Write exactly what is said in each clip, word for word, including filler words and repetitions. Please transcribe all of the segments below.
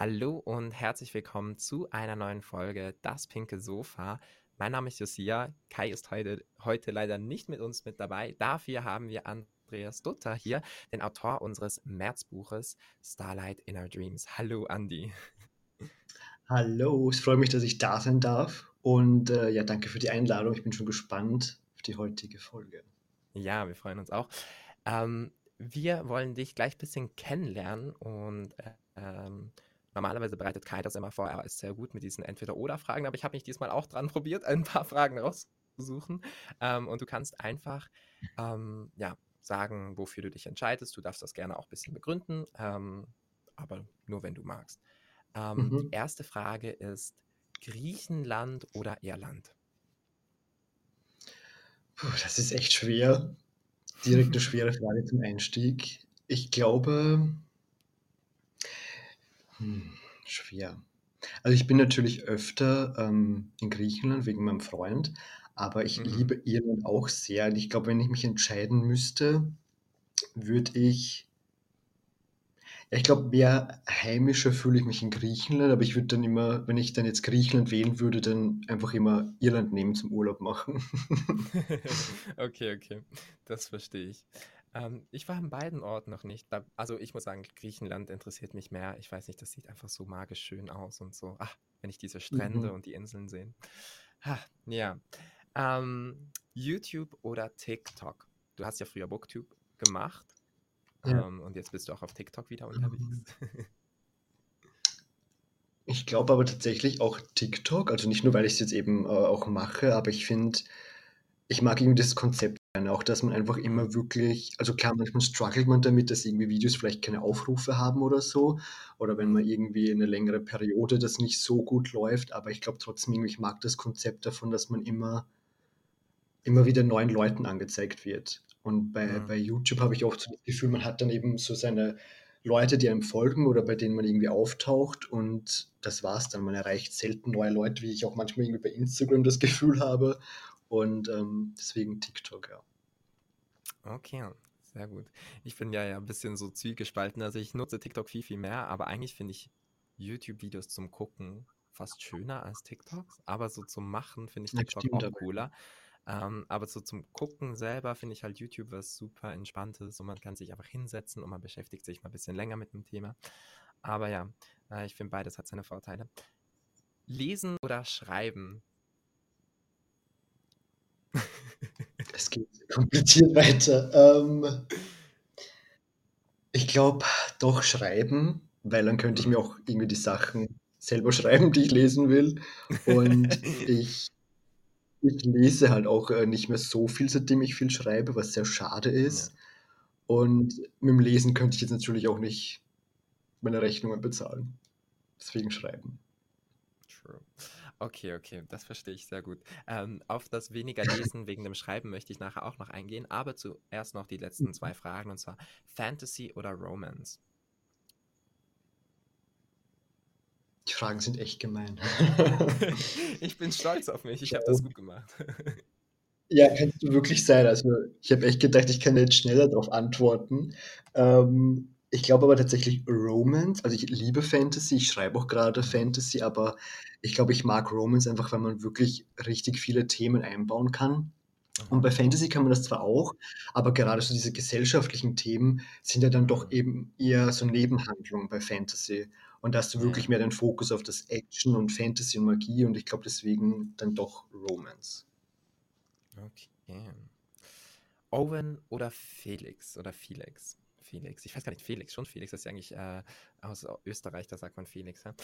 Hallo und herzlich willkommen zu einer neuen Folge Das pinke Sofa. Mein Name ist Josia. Kai ist heute, heute leider nicht mit uns mit dabei. Dafür haben wir Andreas Dutter hier, den Autor unseres Märzbuches Starlight in Our Dreams. Hallo Andi. Hallo, es freut mich, dass ich da sein darf und, äh, ja, danke für die Einladung. Ich bin schon gespannt auf die heutige Folge. Ja, wir freuen uns auch. Ähm, wir wollen dich gleich ein bisschen kennenlernen und äh, ähm, normalerweise bereitet Kai das immer vor. Er ist sehr gut mit diesen Entweder-Oder-Fragen, aber ich habe mich diesmal auch dran probiert, ein paar Fragen rauszusuchen. Ähm, und du kannst einfach ähm, ja, sagen, wofür du dich entscheidest. Du darfst das gerne auch ein bisschen begründen, ähm, aber nur wenn du magst. Ähm, die Mhm. erste Frage ist Griechenland oder Irland? Puh, das ist echt schwer. Direkt 'ne schwere Frage zum Einstieg. Ich glaube hm, schwer. Also, ich bin natürlich öfter, ähm, in Griechenland wegen meinem Freund, aber ich Mhm. liebe Irland auch sehr und ich glaube, wenn ich mich entscheiden müsste, würde ich Ja, ich glaube, mehr heimischer fühle ich mich in Griechenland, aber ich würde dann immer, wenn ich dann jetzt Griechenland wählen würde, dann einfach immer Irland nehmen zum Urlaub machen. Okay, okay, das verstehe ich. Ähm, ich war an beiden Orten noch nicht. Da, also ich muss sagen, Griechenland interessiert mich mehr. Ich weiß nicht, das sieht einfach so magisch schön aus und so. Ach, wenn ich diese Strände Mhm. und die Inseln sehe. Ha, ja. Ähm, YouTube oder TikTok? Du hast ja früher Booktube gemacht, Ja. ähm, und jetzt bist du auch auf TikTok wieder unterwegs. Mhm. Ich glaube aber tatsächlich auch TikTok, also nicht nur, weil ich's jetzt eben, äh, auch mache, aber ich finde ich mag irgendwie das Konzept gerne auch, dass man einfach Mhm. immer wirklich also klar, manchmal struggelt man damit, dass irgendwie Videos vielleicht keine Aufrufe haben oder so oder wenn man Mhm. irgendwie 'ne längere Periode das nicht so gut läuft, aber ich glaube trotzdem irgendwie, ich mag das Konzept davon, dass man immer immer wieder neuen Leuten angezeigt wird. Und bei Mhm. bei YouTube habe ich oft so das Gefühl, man hat dann eben so seine Leute, die einem folgen oder bei denen man irgendwie auftaucht und das war's dann. Man erreicht selten neue Leute, wie ich auch manchmal irgendwie bei Instagram das Gefühl habe und, ähm, deswegen TikTok, ja. Okay, sehr gut. Ich bin ja ja 'n bisschen so zwiegespalten. Also, ich nutze TikTok viel, viel mehr, aber eigentlich finde ich YouTube-Videos zum Gucken fast schöner als TikToks, aber so zum Machen finde ich Ja, TikTok stimmt auch aber, ja. cooler. Ähm, aber so zum Gucken selber finde ich halt YouTube was super Entspanntes und man kann sich einfach hinsetzen und man beschäftigt sich mal 'n bisschen länger mit 'nem Thema. Aber ja, äh, ich finde, beides hat seine Vorteile. Lesen oder schreiben? Es geht kompliziert weiter. Ähm ich glaube, doch schreiben, weil dann könnte ich Mhm. mir auch irgendwie die Sachen selber schreiben, die ich lesen will. Und ich ich lese halt auch, äh, nicht mehr so viel, seitdem ich viel schreibe, was sehr schade Ja. ist. Und mit'm Lesen könnte ich jetzt natürlich auch nicht meine Rechnungen bezahlen. Deswegen schreiben. True. Okay, okay, das verstehe ich sehr gut. Ähm, auf das weniger Lesen wegen dem Schreiben möchte ich nachher auch noch eingehen, aber zuerst noch die letzten Mhm. zwei Fragen, und zwar Fantasy oder Romance? Die Fragen sind echt gemein. Ich bin stolz auf mich, ich habe das Schau gut gemacht. Ja, kannst du wirklich sein. Also, ich habe echt gedacht, ich kann jetzt schneller drauf antworten. Ähm, ich glaube aber tatsächlich Romance. Also, ich liebe Fantasy, ich schreibe auch grade Mhm. Fantasy, aber ich glaube, ich mag Romance einfach, weil man wirklich richtig viele Themen einbauen kann. Und Mhm. bei Fantasy kann man das zwar auch, aber gerade so diese gesellschaftlichen Themen sind ja dann doch Mhm. eben eher so Nebenhandlungen bei Fantasy. Und da hast du wirklich Ja. mehr den Fokus auf das Action und Fantasy und Magie und ich glaube deswegen dann doch Romance. Okay. Owen oder Felix oder Felix? Felix. Ich weiß gar nicht, Felix, schon Felix, das ist ja eigentlich, äh, aus Österreich, da sagt man Felix, ja?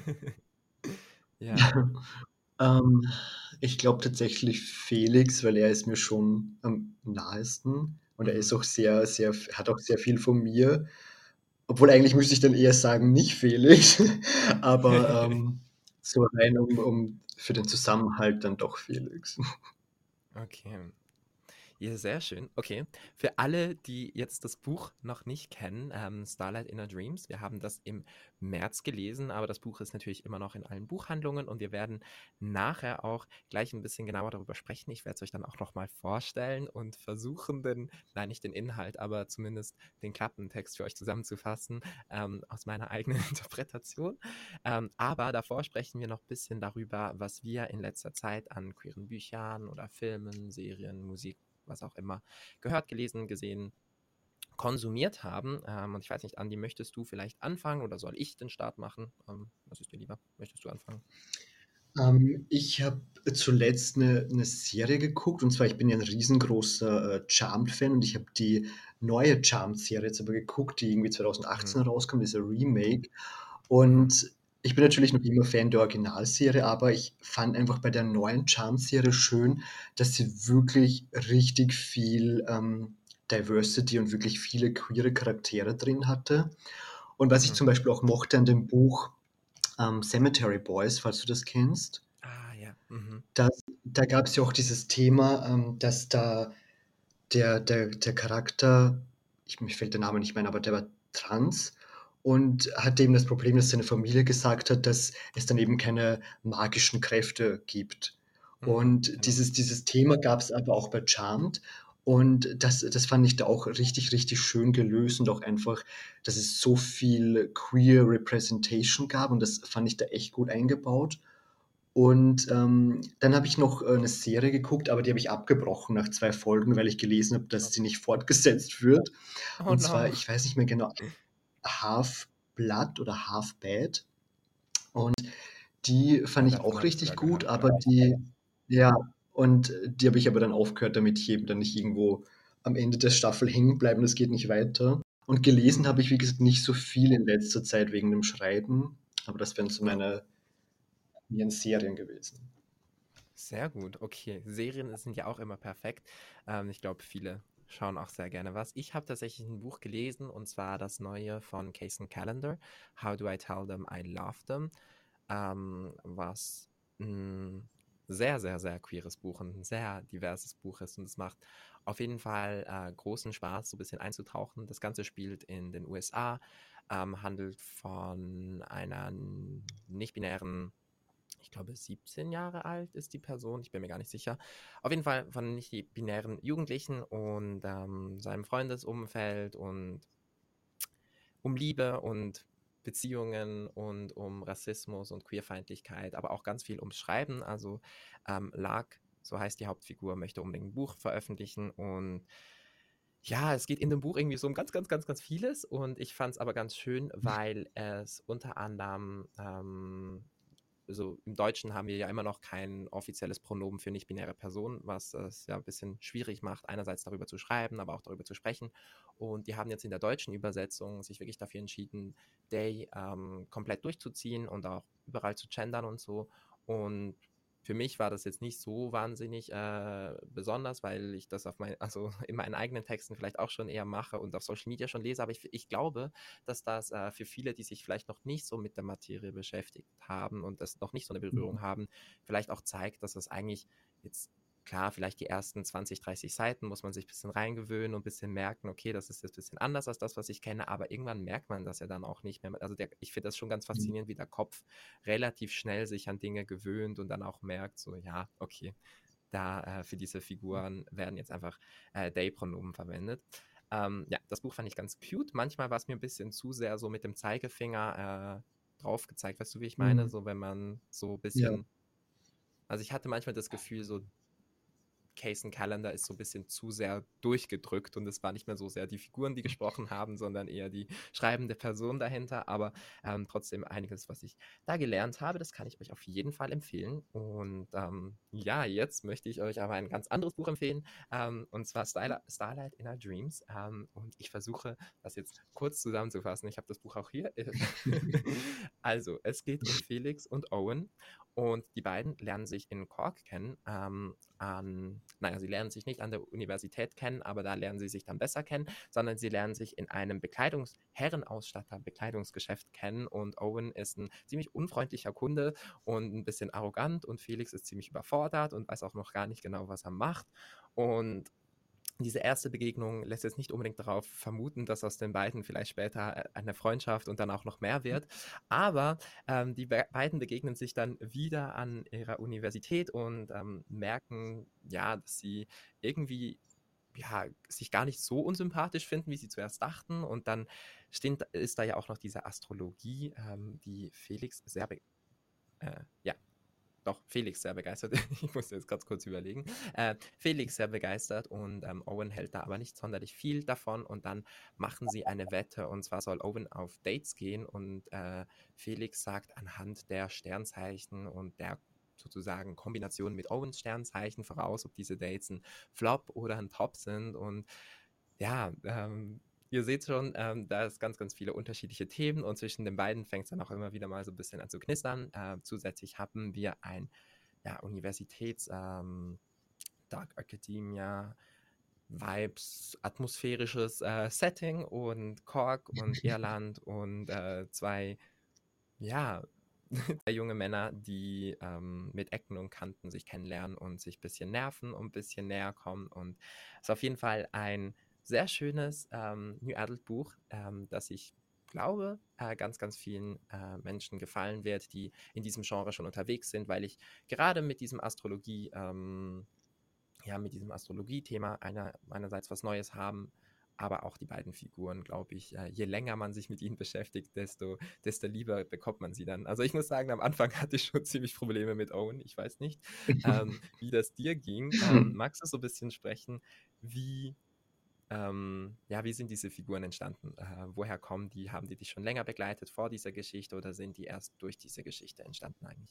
Ja. Ähm, ich glaube tatsächlich Felix, weil er ist mir schon am nahesten und er ist Mhm. auch sehr, sehr v hat auch sehr viel von mir. Obwohl eigentlich müsste ich dann eher sagen, nicht Felix, aber, ähm, so rein um um für den Zusammenhalt dann doch Felix. Okay. Ja, sehr schön. Okay. Für alle, die jetzt das Buch noch nicht kennen, ähm, Starlight Inner Dreams, wir haben das im März gelesen, aber das Buch ist natürlich immer noch in allen Buchhandlungen und wir werden nachher auch gleich ein bisschen genauer darüber sprechen. Ich werde es euch dann auch nochmal vorstellen und versuchen, den, nein, nicht den Inhalt, aber zumindest den Klappentext für euch zusammenzufassen, ähm, aus meiner eigenen Interpretation. Ähm, aber davor sprechen wir noch ein bisschen darüber, was wir in letzter Zeit an queeren Büchern oder Filmen, Serien, Musik, was auch immer, gehört, gelesen, gesehen, konsumiert haben. Ähm, und ich weiß nicht, Andi, möchtest du vielleicht anfangen oder soll ich den Start machen? Ähm, was ist dir lieber? Möchtest du anfangen? Ähm, ich habe zuletzt eine 'ne Serie geguckt, und zwar ich bin ja ein riesengroßer, äh, Charmed-Fan, und ich habe die neue Charmed-Serie jetzt aber geguckt, die irgendwie zwanzig achtzehn Mhm. rauskam, dieser Remake. Mhm. Und ich bin natürlich noch immer Fan der Originalserie, aber ich fand einfach bei der neuen Charmed-Serie schön, dass sie wirklich richtig viel, ähm, Diversity und wirklich viele queere Charaktere drin hatte. Und was ich Mhm. zum Beispiel auch mochte an dem Buch, ähm, Cemetery Boys, falls du das kennst, Ah, ja. Mhm. das da gab's ja auch dieses Thema, ähm, dass da der der der Charakter, ich mir fällt der Name nicht mehr ein, aber der war trans und hatte eben das Problem, dass seine Familie gesagt hat, dass es dann eben keine magischen Kräfte gibt. Mhm. Und Genau. dieses dieses Thema gab's aber auch bei Charmed, und das das fand ich da auch richtig, richtig schön gelöst, und auch einfach, dass es so viel Queer Representation gab, und das fand ich da echt gut eingebaut. Und, ähm, dann habe ich noch, äh, 'ne Serie geguckt, aber die habe ich abgebrochen nach zwei Folgen, weil ich gelesen habe, dass Oh. sie nicht fortgesetzt wird. Oh Und zwar, no. ich weiß nicht mehr genau, Half Blood oder Half Bad. Und die fand Ja, ich davon auch habe ich richtig sogar gut, gehört, aber glaube ich. die, ja, und äh, die habe ich aber dann aufgehört, damit ich eben dann nicht irgendwo am Ende der Staffel hängen bleibe und es geht nicht weiter. Und gelesen habe Mhm. ich, wie gesagt, nicht so viel in letzter Zeit wegen dem Schreiben, aber das wären so Ja. meine ihren Serien gewesen. Sehr gut, okay. Serien sind ja auch immer perfekt. Ähm, ich glaube, viele schauen auch sehr gerne was. Ich habe tatsächlich ein Buch gelesen und zwar das neue von Kaysen Callender, How Do I Tell Them I Love Them, ähm, was ein sehr, sehr, sehr queeres Buch und ein sehr diverses Buch ist und es macht auf jeden Fall äh, großen Spaß, so ein bisschen einzutauchen. Das Ganze spielt in den U S A, ähm, handelt von einer nicht-binären, ich glaube, siebzehn Jahre alt ist die Person, ich bin mir gar nicht sicher. Auf jeden Fall von nicht-binären Jugendlichen und ähm, seinem Freundesumfeld und um Liebe und Beziehungen und um Rassismus und Queerfeindlichkeit, aber auch ganz viel ums Schreiben. Also ähm, Lark, so heißt die Hauptfigur, möchte unbedingt ein Buch veröffentlichen und ja, es geht in dem Buch irgendwie so um ganz, ganz, ganz, ganz vieles und ich fand es aber ganz schön, weil es unter anderem ähm, also im Deutschen haben wir ja immer noch kein offizielles Pronomen für nicht-binäre Personen, was es ja ein bisschen schwierig macht, einerseits darüber zu schreiben, aber auch darüber zu sprechen. Und die haben jetzt in der deutschen Übersetzung sich wirklich dafür entschieden, Day ähm, komplett durchzuziehen und auch überall zu gendern und so. Und für mich war das jetzt nicht so wahnsinnig äh, besonders, weil ich das auf mein, also in meinen eigenen Texten vielleicht auch schon eher mache und auf Social Media schon lese. Aber ich, ich glaube, dass das äh, für viele, die sich vielleicht noch nicht so mit der Materie beschäftigt haben und das noch nicht so eine Berührung haben, vielleicht auch zeigt, dass das eigentlich jetzt, klar, vielleicht die ersten zwanzig, dreißig Seiten muss man sich ein bisschen reingewöhnen und ein bisschen merken, okay, das ist jetzt ein bisschen anders als das, was ich kenne, aber irgendwann merkt man das ja dann auch nicht mehr. Also der, ich finde das schon ganz faszinierend, wie der Kopf relativ schnell sich an Dinge gewöhnt und dann auch merkt, so, ja, okay, da äh, für diese Figuren werden jetzt einfach äh, They-Pronomen verwendet. Ähm, ja, das Buch fand ich ganz cute. Manchmal war es mir ein bisschen zu sehr so mit dem Zeigefinger äh, drauf gezeigt. Weißt du, wie ich meine? Mhm. So, wenn man so ein Ja. bisschen. Also, ich hatte manchmal das Gefühl, so Kaysen Callender ist so ein bisschen zu sehr durchgedrückt und es war nicht mehr so sehr die Figuren, die gesprochen haben, sondern eher die schreibende Person dahinter. Aber ähm, trotzdem einiges, was ich da gelernt habe, das kann ich euch auf jeden Fall empfehlen. Und ähm, ja, jetzt möchte ich euch aber ein ganz anderes Buch empfehlen, ähm, und zwar Starlight, Starlight Inner Dreams. Ähm, und ich versuche, das jetzt kurz zusammenzufassen. Ich habe das Buch auch hier. Also, es geht um Felix und Owen und die beiden lernen sich in Cork kennen. Ähm, an, naja, sie lernen sich nicht an der Universität kennen, aber da lernen sie sich dann besser kennen, sondern sie lernen sich in einem Bekleidungs-, Herrenausstatter, Bekleidungsgeschäft kennen und Owen ist ein ziemlich unfreundlicher Kunde und ein bisschen arrogant und Felix ist ziemlich überfordert und weiß auch noch gar nicht genau, was er macht und diese erste Begegnung lässt jetzt nicht unbedingt darauf vermuten, dass aus den beiden vielleicht später äh, eine Freundschaft und dann auch noch mehr wird. Aber ähm, die be beiden begegnen sich dann wieder an ihrer Universität und ähm, merken, ja, dass sie irgendwie ja, sich gar nicht so unsympathisch finden, wie sie zuerst dachten. Und dann stehen, ist da ja auch noch diese Astrologie, ähm, die Felix sehr, be äh, ja, doch, Felix sehr begeistert. Ich musste jetzt ganz kurz überlegen. Äh, Felix sehr begeistert und ähm, Owen hält da aber nicht sonderlich viel davon und dann machen sie eine Wette und zwar soll Owen auf Dates gehen und äh, Felix sagt anhand der Sternzeichen und der sozusagen Kombination mit Owens Sternzeichen voraus, ob diese Dates ein Flop oder ein Top sind und ja, ähm, ihr seht schon, ähm, da ist ganz, ganz viele unterschiedliche Themen und zwischen den beiden fängt es dann auch immer wieder mal so ein bisschen an zu knistern. Äh, zusätzlich haben wir ein ja, Universitäts, ähm, Dark Academia, Vibes, atmosphärisches äh, Setting und Cork und Irland und äh, zwei, ja, zwei junge Männer, die ähm, mit Ecken und Kanten sich kennenlernen und sich ein bisschen nerven und ein bisschen näher kommen. Und es ist auf jeden Fall ein sehr schönes ähm, New Adult Buch, ähm, das ich glaube, äh, ganz, ganz vielen äh, Menschen gefallen wird, die in diesem Genre schon unterwegs sind, weil ich gerade mit diesem Astrologie, ähm, ja, mit diesem Astrologie-Thema einer, einerseits was Neues haben, aber auch die beiden Figuren, glaube ich, äh, je länger man sich mit ihnen beschäftigt, desto, desto lieber bekommt man sie dann. Also ich muss sagen, am Anfang hatte ich schon ziemlich Probleme mit Owen. Ich weiß nicht, ähm, wie das dir ging. Ähm, magst du so ein bisschen sprechen, wie, ähm, ja, wie sind diese Figuren entstanden? Äh, woher kommen die? Haben die dich schon länger begleitet vor dieser Geschichte oder sind die erst durch diese Geschichte entstanden eigentlich?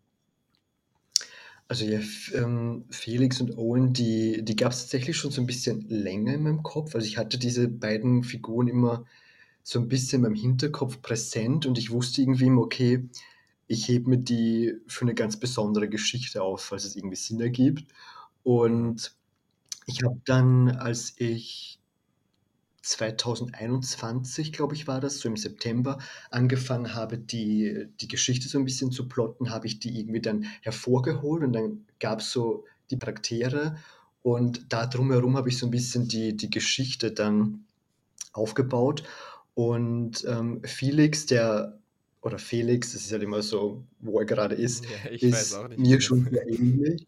Also ja, F ähm, Felix und Owen, die die gab's tatsächlich schon so 'n bisschen länger in meinem Kopf. Also, ich hatte diese beiden Figuren immer so 'n bisschen in meinem Hinterkopf präsent und ich wusste irgendwie immer: „Okay, ich hebe mir die für 'ne ganz besondere Geschichte auf, falls es irgendwie Sinn ergibt." Mhm. Und ich habe dann, als ich zwanzig einundzwanzig, glaube ich, war das, so im September, angefangen habe, die die Geschichte so 'n bisschen zu plotten, habe ich die irgendwie dann hervorgeholt und dann gab's so die Charaktere und da drumherum habe ich so 'n bisschen die die Geschichte dann aufgebaut. Und, ähm, Felix, der oder Felix, das ist halt immer so, wo er gerade ist, Ja, ich weiß ist auch nicht, wie mir das. schon sehr ähnlich.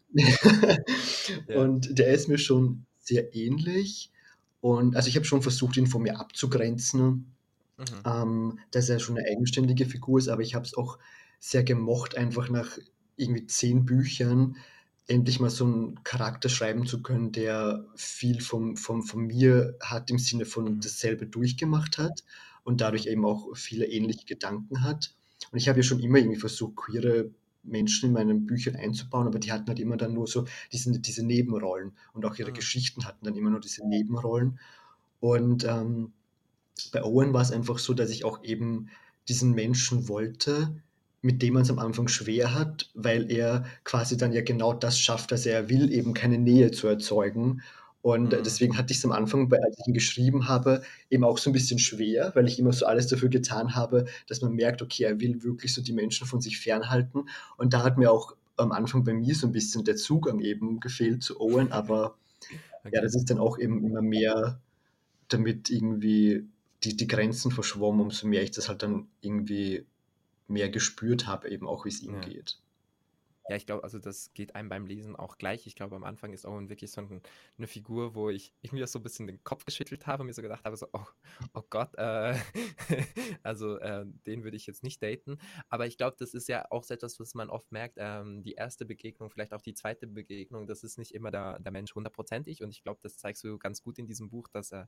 Ja. Und der ist mir schon sehr ähnlich und also, ich habe schon versucht, ihn von mir abzugrenzen, Mhm. ähm, dass er schon 'ne eigenständige Figur ist, aber ich habe es auch sehr gemocht, einfach nach irgendwie zehn Büchern endlich mal so 'n Charakter schreiben zu können, der viel vom vom von mir hat, im Sinne von Mhm. dasselbe durchgemacht hat und dadurch Mhm. eben auch viele ähnliche Gedanken hat. Und ich habe ja schon immer irgendwie versucht, queere Menschen in meinen Büchern einzubauen, aber die hatten halt immer dann nur so diese diese Nebenrollen und auch ihre Mhm. Geschichten hatten dann immer nur diese Nebenrollen. Und, ähm, bei Owen war's einfach so, dass ich auch eben diesen Menschen wollte, mit dem man's am Anfang schwer hat, weil er quasi dann ja genau das schafft, was er will, eben keine Nähe zu erzeugen. Und Mhm. deswegen hatte ich's am Anfang, bei als ich ihn geschrieben habe, eben auch so 'n bisschen schwer, weil ich immer so alles dafür getan habe, dass man merkt, okay, er will wirklich so die Menschen von sich fernhalten. Und da hat mir auch am Anfang bei mir so 'n bisschen der Zugang eben gefehlt zu Owen, aber ja, Okay. das ist dann auch eben immer mehr damit irgendwie die die Grenzen verschwommen, umso mehr ich das halt dann irgendwie mehr gespürt habe, eben auch, wie's ihm Ja. geht. Ja, ich glaube, also das geht einem beim Lesen auch gleich. Ich glaube, am Anfang ist Owen wirklich so 'n 'ne Figur, wo ich ich mir so 'n bisschen den Kopf geschüttelt habe und mir so gedacht habe, so: „Oh oh Gott, äh, also, äh, den würde ich jetzt nicht daten." Aber ich glaube, das ist ja auch so etwas, was man oft merkt, ähm, die erste Begegnung, vielleicht auch die zweite Begegnung, das ist nicht immer der der Mensch hundertprozentig und ich glaube, das zeigst du ganz gut in diesem Buch, dass er,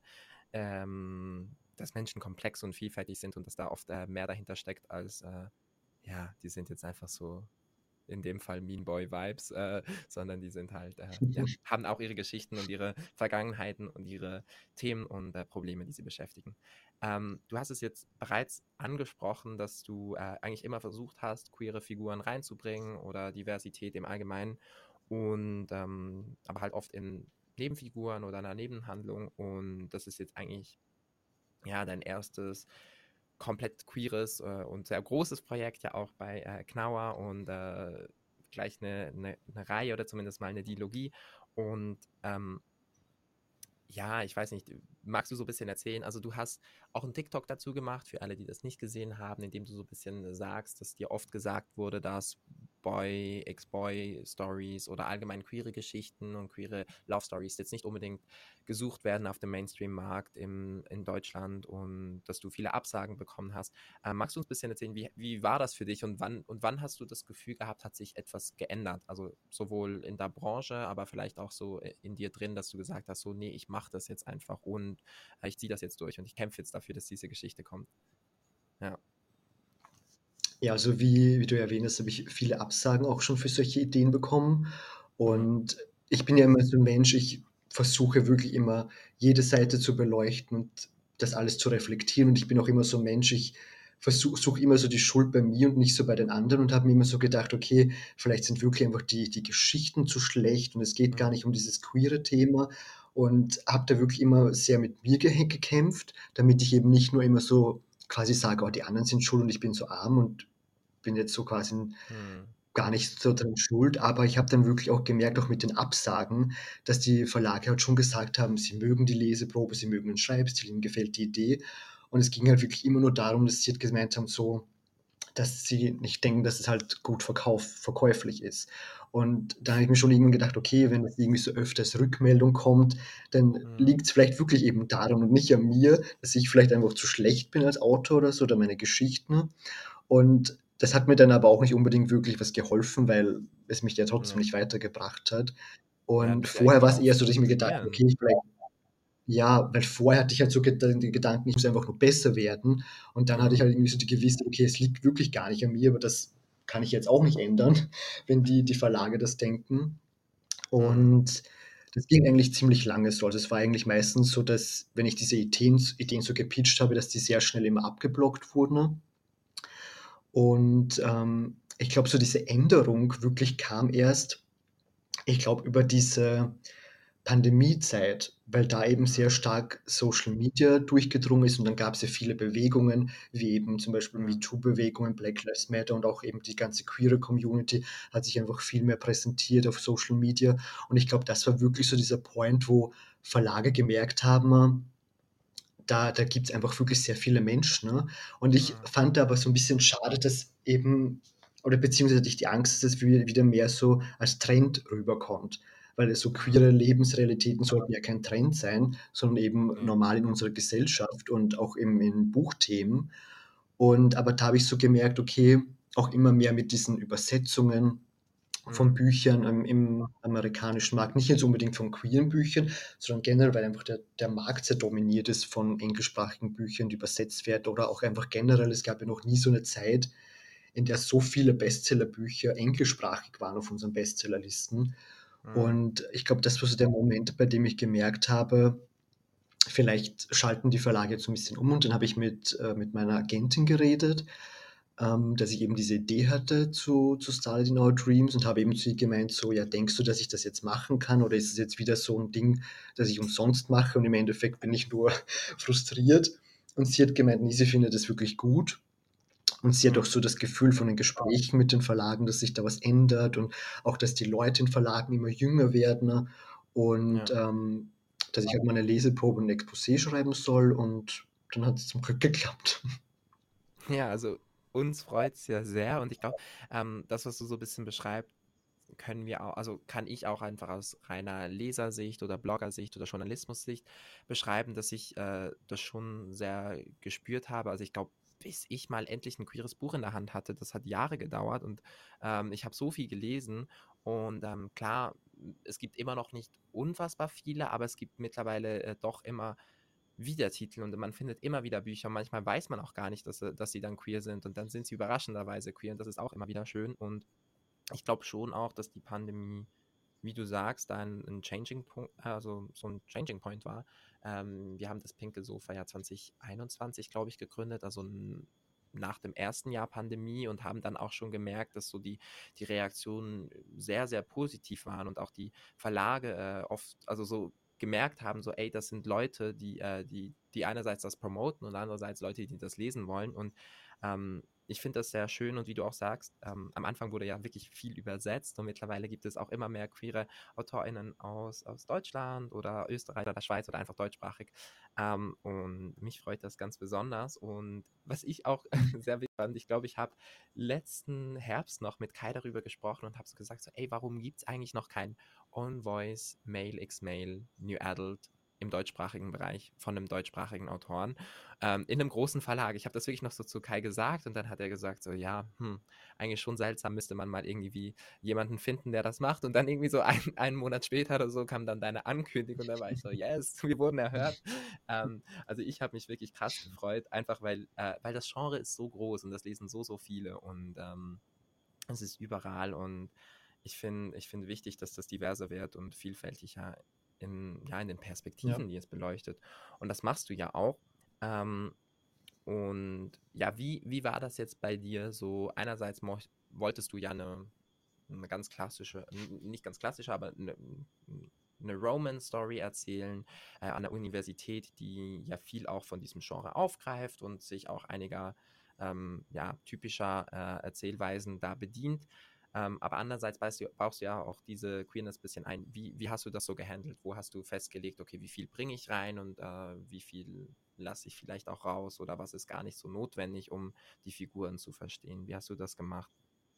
ähm dass Menschen komplex und vielfältig sind und dass da oft, äh, mehr dahinter steckt als, äh, ja, die sind jetzt einfach so in dem Fall Mean Boy Vibes, äh, sondern die sind halt, äh, ja, haben auch ihre Geschichten und ihre Vergangenheiten und ihre Themen und äh, Probleme, die sie beschäftigen. Ähm, du hast es jetzt bereits angesprochen, dass du äh, eigentlich immer versucht hast, queere Figuren reinzubringen oder Diversität im Allgemeinen und ähm, aber halt oft in Nebenfiguren oder einer Nebenhandlung und das ist jetzt eigentlich ja dein erstes komplett queeres äh, und sehr großes Projekt ja auch bei äh, Knauer und äh, gleich eine, eine, eine Reihe oder zumindest mal eine Dilogie. Und ähm, Ja, ich weiß nicht, magst du so ein bisschen erzählen? Also du hast auch einen TikTok dazu gemacht, für alle, die das nicht gesehen haben, in dem du so ein bisschen sagst, dass dir oft gesagt wurde, dass Boy, Ex-Boy-Stories oder allgemein queere Geschichten und queere Love-Stories jetzt nicht unbedingt gesucht werden auf dem Mainstream-Markt im, in Deutschland und dass du viele Absagen bekommen hast. Äh, magst du uns ein bisschen erzählen, wie, wie war das für dich und wann, und wann hast du das Gefühl gehabt, hat sich etwas geändert? Also sowohl in der Branche, aber vielleicht auch so äh, in dir drin, dass du gesagt hast, so, nee, ich mache das jetzt einfach und äh, ich ziehe das jetzt durch und ich kämpfe jetzt dafür, dass diese Geschichte kommt. Ja. Ja, also wie wie du erwähnt hast, habe ich viele Absagen auch schon für solche Ideen bekommen. Mhm. Und ich bin ja immer so 'n Mensch, ich versuche wirklich immer, jede Seite zu beleuchten und das alles zu reflektieren. Und ich bin auch immer so 'n Mensch, ich versuche suche immer so die Schuld bei mir und nicht so bei den anderen und habe mir immer so gedacht: „Okay, vielleicht sind wirklich einfach die die Geschichten zu schlecht und es geht gar Mhm. nicht um dieses queere Thema.“ Und habe da wirklich immer sehr mit mir gehe gekämpft, damit ich eben nicht nur immer so quasi sage: „Oh, die anderen sind schuld und ich bin so arm und bin jetzt so quasi Mhm. gar nicht so dran schuld.“ Aber ich habe dann wirklich auch gemerkt, auch mit den Absagen, dass die Verlage halt schon gesagt haben, sie mögen die Leseprobe, sie mögen den Schreibstil, ihnen gefällt die Idee. Und es ging halt wirklich immer nur darum, dass sie halt gemeint haben, so, dass sie nicht denken, dass es halt gut verkauf verkäuflich ist. Und da habe ich mir schon irgendwann gedacht: „Okay, wenn das irgendwie so öfters Rückmeldung kommt, dann Mhm. liegt's vielleicht wirklich eben daran und nicht an mir, dass ich vielleicht einfach zu schlecht bin als Autor oder so oder meine Geschichten.“ Und das hat mir dann aber auch nicht unbedingt wirklich was geholfen, weil es mich ja trotzdem Ja. nicht weitergebracht hat. Ja, du Und bist ja vorher irgendwie war's auch eher so, dass ich mir gedacht habe: frustrierend. „Okay, vielleicht“, ja, weil vorher hatte ich halt so Ged den Gedanken, ich muss einfach nur besser werden. Und dann hatte ich Mhm. halt irgendwie so die Gewissheit: „Okay, es liegt wirklich gar nicht an mir, aber das kann ich jetzt auch nicht ändern, wenn die die Verlage das denken.“ Mhm. Und das ging eigentlich ziemlich lange so. Also, es war eigentlich meistens so, dass, wenn ich diese Ideen Ideen so gepitcht habe, dass die sehr schnell immer abgeblockt wurden. Und, ähm, ich glaube, so diese Änderung wirklich kam erst, ich glaube, über diese Pandemiezeit, weil da eben sehr Mhm. stark Social Media durchgedrungen ist und dann gab's ja viele Bewegungen, wie eben zum Beispiel Ja. MeToo-Bewegungen, Black Lives Matter und auch eben die ganze queere Community hat sich einfach viel mehr präsentiert auf Social Media. Und ich glaube, das war wirklich so dieser Point, wo Verlage gemerkt haben, da da gibt's einfach wirklich sehr viele Menschen, ne? Und ich Mhm. fand aber so 'n bisschen schade, dass eben, oder beziehungsweise hatte ich die Angst, dass es wi wieder mehr so als Trend rüberkommt, weil so Mhm. queere Lebensrealitäten sollten ja kein Trend sein, sondern eben Ne. normal in unserer Gesellschaft und auch im in Buchthemen. Und aber da habe ich so gemerkt, okay, auch immer mehr mit diesen Übersetzungen von Mhm. Büchern, ähm, im amerikanischen Markt, nicht jetzt unbedingt von queeren Büchern, sondern generell, weil einfach der der Markt sehr dominiert ist von englischsprachigen Büchern, die übersetzt werden oder auch einfach generell. Es gab ja noch nie so 'ne Zeit, in der so viele Bestsellerbücher englischsprachig waren auf unseren Bestsellerlisten. Mhm. Und ich glaube, das war so der Moment, bei dem ich gemerkt habe, vielleicht schalten die Verlage jetzt so 'n bisschen um. Und dann habe ich mit äh, mit meiner Agentin geredet, ähm, dass ich eben diese Idee hatte zu zu Starlight in Our Dreams und habe eben zu ihr gemeint so: „Ja, denkst du, dass ich das jetzt machen kann oder ist es jetzt wieder so 'n Ding, das ich umsonst mache und im Endeffekt bin ich nur frustriert?“ Und sie hat gemeint, ne, sie findet das wirklich gut. Und sie hat auch Mhm. so das Gefühl von den Gesprächen mit den Verlagen, dass sich da was ändert und auch, dass die Leute in Verlagen immer jünger werden und, Ja. ähm, dass ich halt meine Leseprobe und Exposé schreiben soll und dann hat's zum Glück geklappt. Ja, also uns freut's ja sehr und ich glaube, ähm, das, was du so 'n bisschen beschreibst, können wir au also kann ich auch einfach aus reiner Lesersicht oder Bloggersicht oder Journalismussicht beschreiben, dass ich, äh, das schon sehr gespürt habe. Also, ich glaube, bis ich mal endlich 'n queeres Buch in der Hand hatte, das hat Jahre gedauert und, ähm, ich habe so viel gelesen und, ähm, klar, es gibt immer noch nicht unfassbar viele, aber es gibt mittlerweile, äh, doch immer wieder Titel und man findet immer wieder Bücher. Manchmal weiß man auch gar nicht, dass sie dass sie dann queer sind und dann sind sie überraschenderweise queer und das ist auch immer wieder schön und ich glaube schon auch, dass die Pandemie, wie du sagst, da 'n 'n Changing Po also so 'n Changing Point war. Ähm, wir haben das Pinke Sofa ja zwanzig einundzwanzig, glaube ich, gegründet, also n nach dem ersten Jahr Pandemie und haben dann auch schon gemerkt, dass so die die Reaktionen sehr, sehr positiv waren und auch die Verlage, äh, oft also so gemerkt haben, so: „Ey, das sind Leute, die äh, die die einerseits das promoten und andererseits Leute, die das lesen wollen.“ Und, ähm ich finde das sehr schön und wie du auch sagst, ähm, am Anfang wurde ja wirklich viel übersetzt und mittlerweile gibt es auch immer mehr queere AutorInnen aus, aus Deutschland oder Österreich oder Schweiz oder einfach deutschsprachig. Ähm, und mich freut das ganz besonders. Und was ich auch sehr wichtig fand, ich glaube, ich habe letzten Herbst noch mit Kai darüber gesprochen und habe so gesagt, so, ey, warum gibt es eigentlich noch kein On-Voice, Male x Male, New Adult im deutschsprachigen Bereich von einem deutschsprachigen Autoren? Ähm, in einem großen Verlag. Ich habe das wirklich noch so zu Kai gesagt und dann hat er gesagt, so ja, hm, eigentlich schon seltsam, müsste man mal irgendwie jemanden finden, der das macht. Und dann irgendwie so ein, einen Monat später oder so kam dann deine Ankündigung und da war ich so, yes, wir wurden erhört. Ähm, also ich habe mich wirklich krass gefreut, einfach weil, äh, weil das Genre ist so groß und das lesen so, so viele und ähm, es ist überall und ich finde ich find wichtig, dass das diverser wird und vielfältiger in, ja, in den Ja. Perspektiven, die es beleuchtet. Und das machst du ja auch. Ähm, und ja, wie, wie war das jetzt bei dir? So, einerseits mo- wolltest du ja eine, eine ganz klassische, n- nicht ganz klassische, aber eine, eine Romance-Story erzählen äh, an der Universität, die ja viel auch von diesem Genre aufgreift und sich auch einiger ähm, ja, typischer äh, Erzählweisen da bedient. Ähm, aber andererseits baust du, baust du ja auch diese Queerness ein bisschen ein. Wie, wie hast du das so gehandelt? Wo hast du festgelegt, okay, wie viel bringe ich rein und äh, wie viel lasse ich vielleicht auch raus oder was ist gar nicht so notwendig, um die Figuren zu verstehen? Wie hast du das gemacht?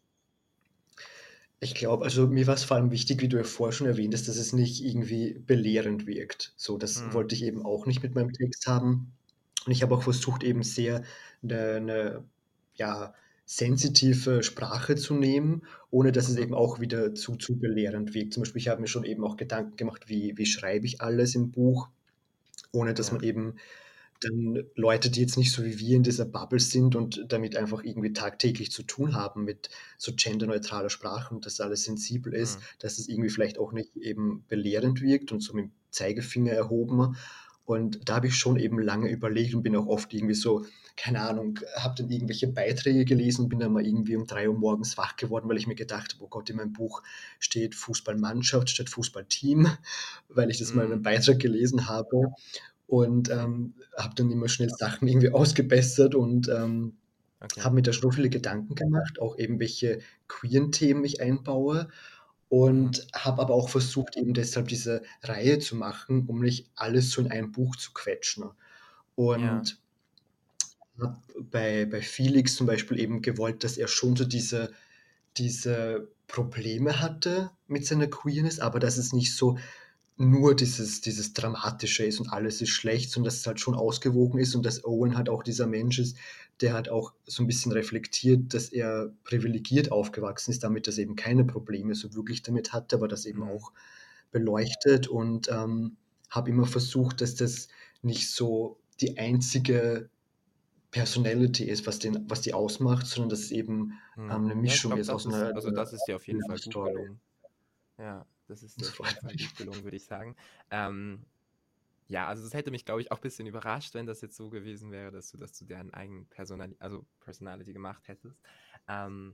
Ich glaube, also mir war es vor allem wichtig, wie du ja vorher schon erwähnt hast, dass es nicht irgendwie belehrend wirkt. So, das Hm, wollte ich eben auch nicht mit meinem Text haben. Und ich habe auch versucht, eben sehr eine 'ne, ja, sensitive Sprache zu nehmen, ohne dass es mhm, eben auch wieder zu zu belehrend wirkt. Zum Beispiel, ich habe mir schon eben auch Gedanken gemacht, wie wie schreibe ich alles im Buch, ohne dass ja, man eben dann Leute, die jetzt nicht so wie wir in dieser Bubble sind und damit einfach irgendwie tagtäglich zu tun haben mit so genderneutraler Sprache und dass alles sensibel ist, hm, dass es irgendwie vielleicht auch nicht eben belehrend wirkt und so mit dem Zeigefinger erhoben. Und da habe ich schon eben lange überlegt und bin auch oft irgendwie so, keine Ahnung, habe dann irgendwelche Beiträge gelesen und bin dann mal irgendwie um drei Uhr morgens wach geworden, weil ich mir gedacht habe: „Oh Gott, in meinem Buch steht Fußballmannschaft statt Fußballteam“, weil ich das mal in einem hm, Beitrag gelesen habe und, okay, ähm, habe dann immer schnell Sachen irgendwie ausgebessert und, ähm, okay, habe mir da schon viele Gedanken gemacht, auch eben welche queeren Themen ich einbaue mhm, und habe aber auch versucht, eben deshalb diese Reihe zu machen, um nicht alles so in ein Buch zu quetschen. ja, Und habe bei bei Felix zum Beispiel eben gewollt, dass er schon so diese diese Probleme hatte mit seiner Queerness, aber dass es nicht so nur dieses dieses Dramatische ist und alles ist schlecht, sondern dass es halt schon ausgewogen ist und dass Owen halt auch dieser Mensch ist, der halt auch so 'n bisschen reflektiert, dass er privilegiert aufgewachsen ist, damit, dass er eben keine Probleme so wirklich damit hatte, aber das eben mhm, auch beleuchtet und, ähm, habe immer versucht, dass das nicht so die einzige Personality ist, was den was die ausmacht, sondern dass es eben, mhm. ähm, 'ne Ja, ich Mischung glaube, ist das aus ist, 'ner also 'ner das ist dir auf jeden Love Fall gut Story. gelungen. Ja, das ist dir Das auf jeden freut Fall mich. gut gelungen, würde ich sagen. Ähm, ja, also es hätte mich, glaube ich, auch ein bisschen überrascht, wenn das jetzt so gewesen wäre, dass du das zu deren eigenen Personali also Personality gemacht hättest. Ähm,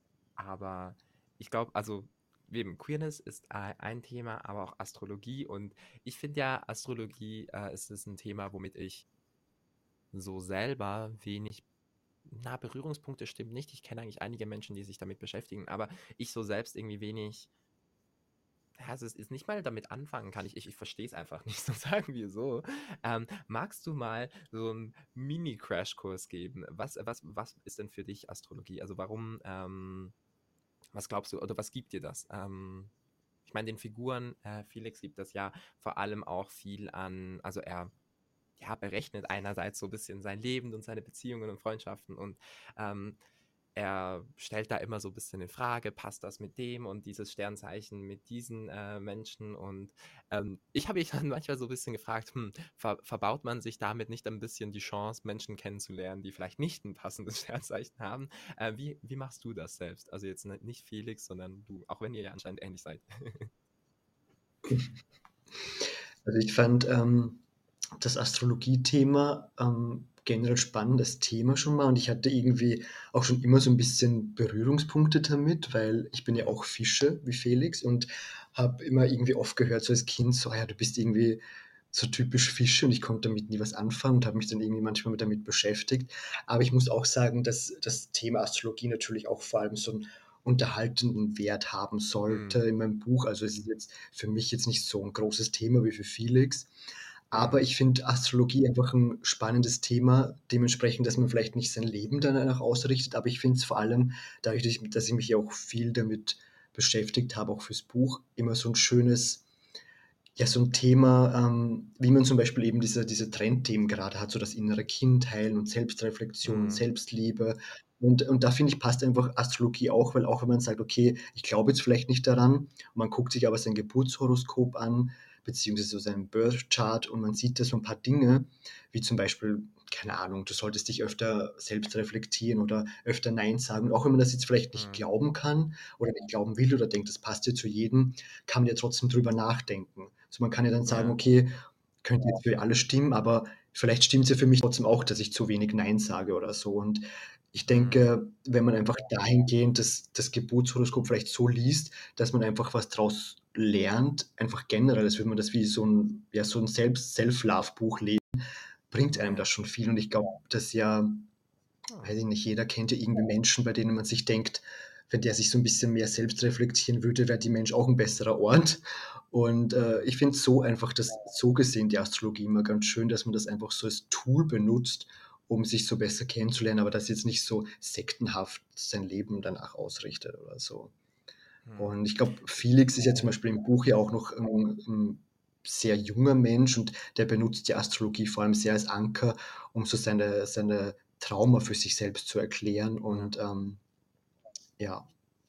aber ich glaube, also eben Queerness ist ei- ein Thema, aber auch Astrologie. Und ich finde ja, Astrologie äh, ist es ein Thema, womit ich so selber wenig, na, Berührungspunkte stimmt nicht. Ich kenne eigentlich einige Menschen, die sich damit beschäftigen, aber ich so selbst irgendwie wenig, ja, also es ist nicht mal damit anfangen kann. Ich, ich, ich verstehe es einfach nicht, so sagen wir so. Ähm, magst du mal so einen Mini-Crash-Kurs geben? Was, was, was ist denn für dich Astrologie? Also warum, ähm, was glaubst du, oder was gibt dir das? Ähm, ich meine, den Figuren, äh, Felix gibt das ja vor allem auch viel an, also er ja, berechnet einerseits so ein bisschen sein Leben und seine Beziehungen und Freundschaften und ähm, er stellt da immer so ein bisschen in Frage, passt das mit dem und dieses Sternzeichen mit diesen äh, Menschen und ähm, ich habe mich dann manchmal so ein bisschen gefragt, hm, ver verbaut man sich damit nicht ein bisschen die Chance, Menschen kennenzulernen, die vielleicht nicht ein passendes Sternzeichen haben? Äh, wie, wie machst du das selbst? Also jetzt ne- nicht Felix, sondern du, auch wenn ihr ja anscheinend ähnlich seid. Also, ich fand, ähm, das Astrologie-Thema, ähm, generell spannendes Thema schon mal und ich hatte irgendwie auch schon immer so 'n bisschen Berührungspunkte damit, weil ich bin ja Mhm. auch Fische wie Felix und habe immer irgendwie oft gehört, so als Kind, so: „Ja, du bist irgendwie so typisch Fische und ich konnte damit nie was anfangen und habe mich dann irgendwie manchmal damit beschäftigt. Aber ich muss auch sagen, dass das Thema Astrologie natürlich auch vor allem so 'n unterhaltenden Wert haben sollte Mhm. in meinem Buch. Also, es ist jetzt für mich jetzt nicht so 'n großes Thema wie für Felix, aber Mhm. ich finde Astrologie einfach 'n spannendes Thema, dementsprechend, dass man vielleicht nicht sein Leben danach ausrichtet, aber ich finde es vor allem dadurch, dass ich dass ich mich ja auch viel damit beschäftigt habe, auch fürs Buch, immer so 'n schönes ja, so 'n Thema, ähm, wie man zum Beispiel eben diese diese Trendthemen gerade hat, so das innere Kind heilen und Selbstreflexion und Mhm. Selbstliebe. Und und da finde ich, passt einfach Astrologie auch, weil auch wenn man sagt: „Okay, ich glaube jetzt vielleicht nicht daran“, man guckt sich aber sein Geburtshoroskop an, beziehungsweise so seinen Birth Chart und man sieht da so 'n paar Dinge, wie zum Beispiel, keine Ahnung, du solltest dich öfter selbst reflektieren oder öfter nein sagen. Und auch wenn man das jetzt vielleicht nicht Mhm. glauben kann oder nicht glauben will oder denkt, das passt ja zu jedem, kann man ja trotzdem drüber nachdenken. Also, man kann ja dann sagen: Ja. „Okay, könnte jetzt für alle stimmen, aber vielleicht stimmt's ja für mich trotzdem auch, dass ich zu wenig nein sage“ oder so. Und ich Mhm. denke, wenn man einfach dahingehend das das Geburtshoroskop vielleicht so liest, dass man einfach was draus lernt, einfach generell, als würde man das wie so 'n ja, so 'n Selbst Self-Love-Buch lesen, bringt einem Ja. das schon viel. Und ich glaube, dass ja Ah. weiß ich nicht, jeder kennt ja irgendwie Menschen, bei denen man sich denkt, wenn der sich so 'n bisschen mehr selbst reflektieren würde, wäre die Mensch auch 'n besserer Ort. Und, äh, Mhm. ich finde so einfach das so gesehen die Astrologie immer ganz schön, dass man das einfach so als Tool benutzt, um sich so besser kennenzulernen, aber das jetzt nicht so sektenhaft sein Leben danach ausrichtet oder so. Mhm. Und ich glaube, Felix ist ja zum Beispiel im Buch ja auch noch 'n 'n sehr junger Mensch und der benutzt die Astrologie vor allem sehr als Anker, um so seine seine Trauma für sich selbst zu erklären Ja. und, ähm, ja.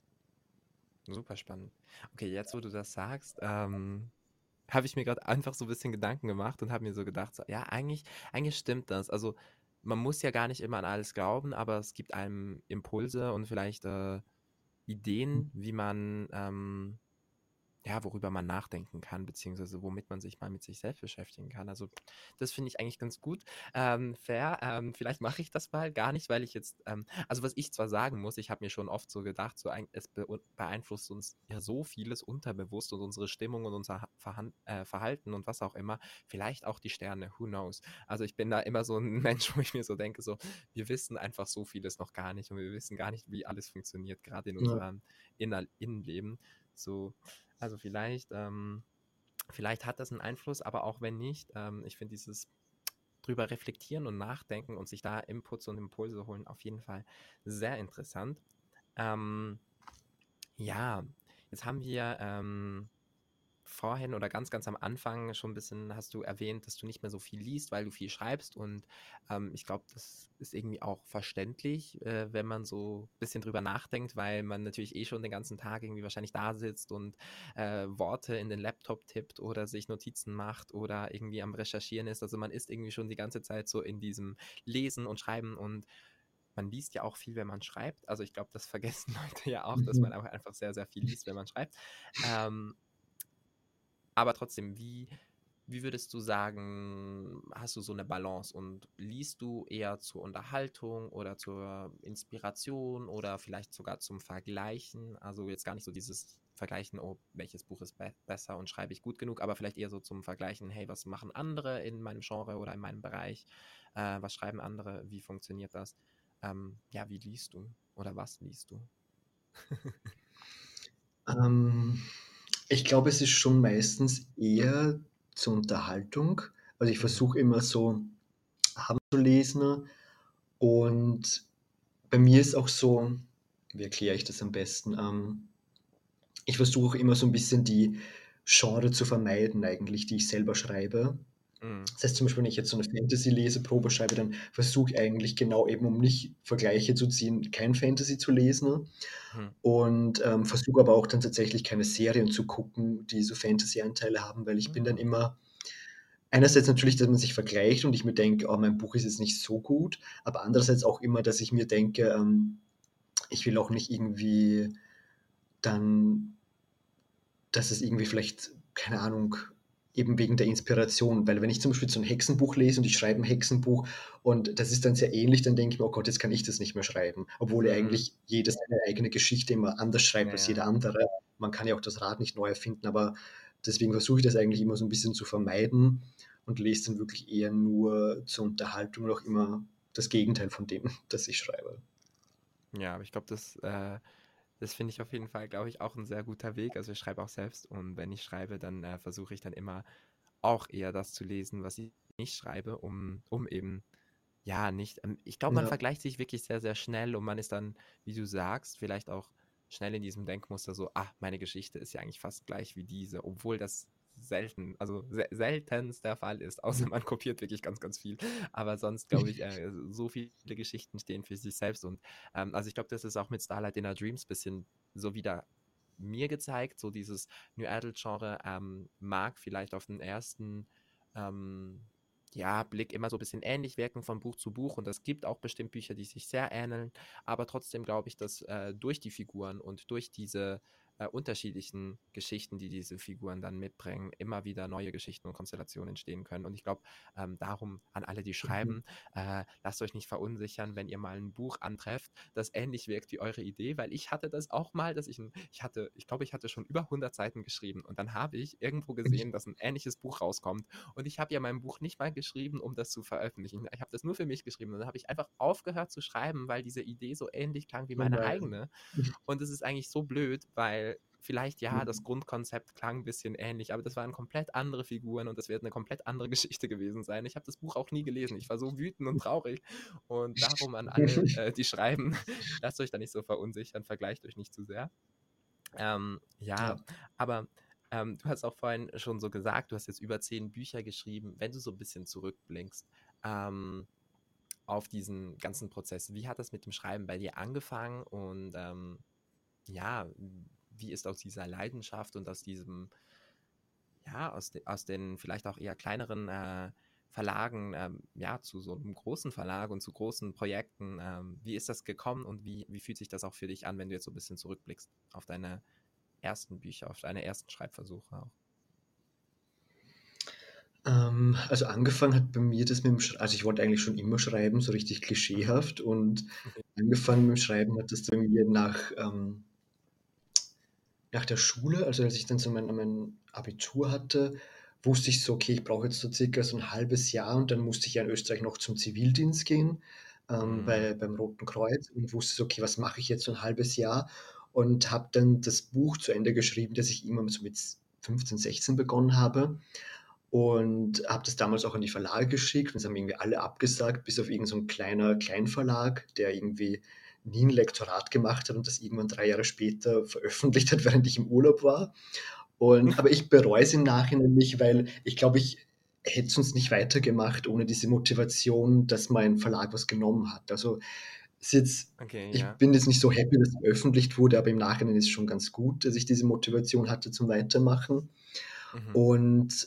Super spannend. Okay, jetzt, wo du das sagst, ähm, habe ich mir grad einfach so 'n bisschen Gedanken gemacht und habe mir so gedacht, so: „Ja, eigentlich eigentlich stimmt das.“ Also, man muss ja gar nicht immer an alles glauben, aber es gibt einem Impulse und vielleicht, äh, Ideen, wie man, ähm ja, worüber man nachdenken kann, beziehungsweise womit man sich mal mit sich selbst beschäftigen kann. Also, das finde ich eigentlich ganz gut. Ähm, fair, ähm, vielleicht mache ich das mal gar nicht, weil ich jetzt ähm, also, was ich zwar sagen muss, ich habe mir schon oft so gedacht, so ein es beu beeinflusst uns ja so vieles unterbewusst und unsere Stimmung und unser ha Verhan äh, Verhalten und was auch immer, vielleicht auch die Sterne, who knows? Also, ich bin da immer so 'n Mensch, wo ich mir so denke, so: „Wir wissen einfach so vieles noch gar nicht und wir wissen gar nicht, wie alles funktioniert, grade in Ja. unserem inner Innenleben.“ So, also, vielleicht ähm, vielleicht hat das 'n Einfluss, aber auch wenn nicht, ähm, ich finde dieses drüber reflektieren und nachdenken und sich da Inputs und Impulse holen auf jeden Fall sehr interessant. Ähm, ja, jetzt haben wir, ähm, vorhin oder ganz, ganz am Anfang schon 'n bisschen hast du erwähnt, dass du nicht mehr so viel liest, weil du viel schreibst und, ähm, ich glaube, das ist irgendwie auch verständlich, äh, wenn man so bisschen drüber nachdenkt, weil man natürlich eh schon den ganzen Tag irgendwie wahrscheinlich dasitzt und, äh, Worte in den Laptop tippt oder sich Notizen macht oder irgendwie am Recherchieren ist. Also, man ist irgendwie schon die ganze Zeit so in diesem Lesen und Schreiben und man liest ja auch viel, wenn man schreibt. Also, ich glaube, das vergessen Leute ja auch, dass man Mhm. auch einfach sehr, sehr viel liest, wenn man schreibt. Ähm aber trotzdem, wie wie würdest du sagen, hast du so 'ne Balance und liest du eher zur Unterhaltung oder zur Inspiration oder vielleicht sogar zum Vergleichen? Also, jetzt gar nicht so dieses Vergleichen: „Oh, welches Buch ist be besser und schreibe ich gut genug?“ Aber vielleicht eher so zum Vergleichen: „Hey, was machen andere in meinem Genre oder in meinem Bereich? Äh, was schreiben andere? Wie funktioniert das?“ Ähm, ja, wie liest du oder was liest du? Ähm, ich glaube, es ist schon meistens eher zur Unterhaltung. Also, ich Mhm. versuche immer so zu lesen und bei mir ist auch so wie erkläre ich das am besten? Ähm, ich versuche immer so 'n bisschen die Genre zu vermeiden eigentlich, die ich selber schreibe. Mhm. Das heißt zum Beispiel, wenn ich jetzt so 'ne Fantasy-Leseprobe schreibe, dann versuche ich eigentlich genau eben, um nicht Vergleiche zu ziehen, kein Fantasy zu lesen Mhm. und, ähm, versuche aber auch dann tatsächlich keine Serien zu gucken, die so Fantasy-Anteile haben, weil ich bin dann Ah. immer einerseits natürlich, dass man sich vergleicht und ich mir denke: „Oh, mein Buch ist jetzt nicht so gut“, aber andererseits auch immer, dass ich mir denke, ähm, ich will auch nicht irgendwie dann dass es irgendwie vielleicht, keine Ahnung, eben wegen der Inspiration weil wenn ich zum Beispiel so 'n Hexenbuch lese und ich schreibe 'n Hexenbuch und das ist dann sehr ähnlich, dann denke ich mir: „Oh Gott, jetzt kann ich das nicht mehr schreiben.“ Obwohl ja Mhm. eigentlich jeder seine eigene Geschichte immer anders Ja, schreibt als ja. jeder andere. Man kann ja auch das Rad nicht neu erfinden, aber deswegen versuche ich das eigentlich immer so 'n bisschen zu vermeiden und lese dann wirklich eher nur zur Unterhaltung und auch immer das Gegenteil von dem, das ich schreibe. Ja, aber ich glaube, das, äh, das finde ich auf jeden Fall, glaube ich, auch ein sehr guter Weg. Also ich schreibe auch selbst und wenn ich schreibe, dann äh, versuche ich dann immer auch eher das zu lesen, was ich nicht schreibe, um, um eben, ja, nicht, ähm, ich glaube, man Ja. vergleicht sich wirklich sehr, sehr schnell und man ist dann, wie du sagst, vielleicht auch schnell in diesem Denkmuster so, ah, meine Geschichte ist ja eigentlich fast gleich wie diese, obwohl das selten, also se seltenst der Fall ist, außer man kopiert wirklich ganz, ganz viel. Aber sonst glaube ich, äh, so viele Geschichten stehen für sich selbst und ähm, also ich glaube, das ist auch mit Starlight in Our Dreams bisschen so wieder mir gezeigt, so dieses New Adult Genre ähm, mag vielleicht auf den ersten ähm, ja, Blick immer so ein bisschen ähnlich wirken von Buch zu Buch und es gibt auch bestimmt Bücher, die sich sehr ähneln, aber trotzdem glaube ich, dass äh, durch die Figuren und durch diese äh, unterschiedlichen Geschichten, die diese Figuren dann mitbringen, immer wieder neue Geschichten und Konstellationen entstehen können. Und ich glaube, ähm, darum an alle, die Mhm. schreiben, äh, lasst euch nicht verunsichern, wenn ihr mal ein Buch antrefft, das ähnlich wirkt wie eure Idee, weil ich hatte das auch mal, dass ich ein, ich hatte, ich glaube, ich hatte schon über hundert Seiten geschrieben und dann habe ich irgendwo gesehen, dass ein ähnliches Buch rauskommt und ich habe ja mein Buch nicht mal geschrieben, um das zu veröffentlichen. Ich habe das nur für mich geschrieben und dann habe ich einfach aufgehört zu schreiben, weil diese Idee so ähnlich klang wie Oh meine nein. eigene. Und es ist eigentlich so blöd, weil vielleicht ja, das Grundkonzept klang ein bisschen ähnlich, aber das waren komplett andere Figuren und das wird eine komplett andere Geschichte gewesen sein. Ich habe das Buch auch nie gelesen. Ich war so wütend und traurig. Und darum an alle, äh, die schreiben, lasst euch da nicht so verunsichern, vergleicht euch nicht zu sehr. Ähm, ja, Ja. aber ähm, du hast auch vorhin schon so gesagt, du hast jetzt über zehn Bücher geschrieben. Wenn du so ein bisschen zurückblickst, ähm, auf diesen ganzen Prozess, wie hat das mit dem Schreiben bei dir angefangen und ähm, ja, wie ist aus dieser Leidenschaft und aus diesem, ja, aus, de, aus den vielleicht auch eher kleineren äh, Verlagen, ähm, ja, zu so einem großen Verlag und zu großen Projekten, ähm, wie ist das gekommen und wie, wie fühlt sich das auch für dich an, wenn du jetzt so ein bisschen zurückblickst auf deine ersten Bücher, auf deine ersten Schreibversuche auch? Ähm, also angefangen hat bei mir das mit dem Sch also ich wollte eigentlich schon immer schreiben, so richtig Mhm. klischeehaft und angefangen mit dem Schreiben hat das bei mir nach, ähm nach der Schule, also als ich dann so mein mein Abitur hatte, wusste ich so: „Okay, ich brauche jetzt so circa so 'n halbes Jahr“ und dann musste ich ja in Österreich noch zum Zivildienst gehen, ähm, Mhm. bei beim Roten Kreuz und wusste so: „Okay, was mache ich jetzt so 'n halbes Jahr?“ Und habe dann das Buch zu Ende geschrieben, das ich irgendwann so mit fünfzehn, sechzehn begonnen habe und habe das damals auch an die Verlage geschickt und es haben irgendwie alle abgesagt, bis auf irgend so 'n kleiner Kleinverlag, der irgendwie nie 'n Lektorat gemacht hat und das irgendwann drei Jahre später veröffentlicht hat, während ich im Urlaub war. Und aber ich bereue es im Nachhinein nicht, weil ich glaube, ich hätte sonst nicht weitergemacht ohne diese Motivation, dass mein Verlag was genommen hat. Also, ist jetzt Okay, ich ja. bin jetzt nicht so happy, dass es veröffentlicht wurde, aber im Nachhinein ist es schon ganz gut, dass ich diese Motivation hatte zum Weitermachen. Mhm. Und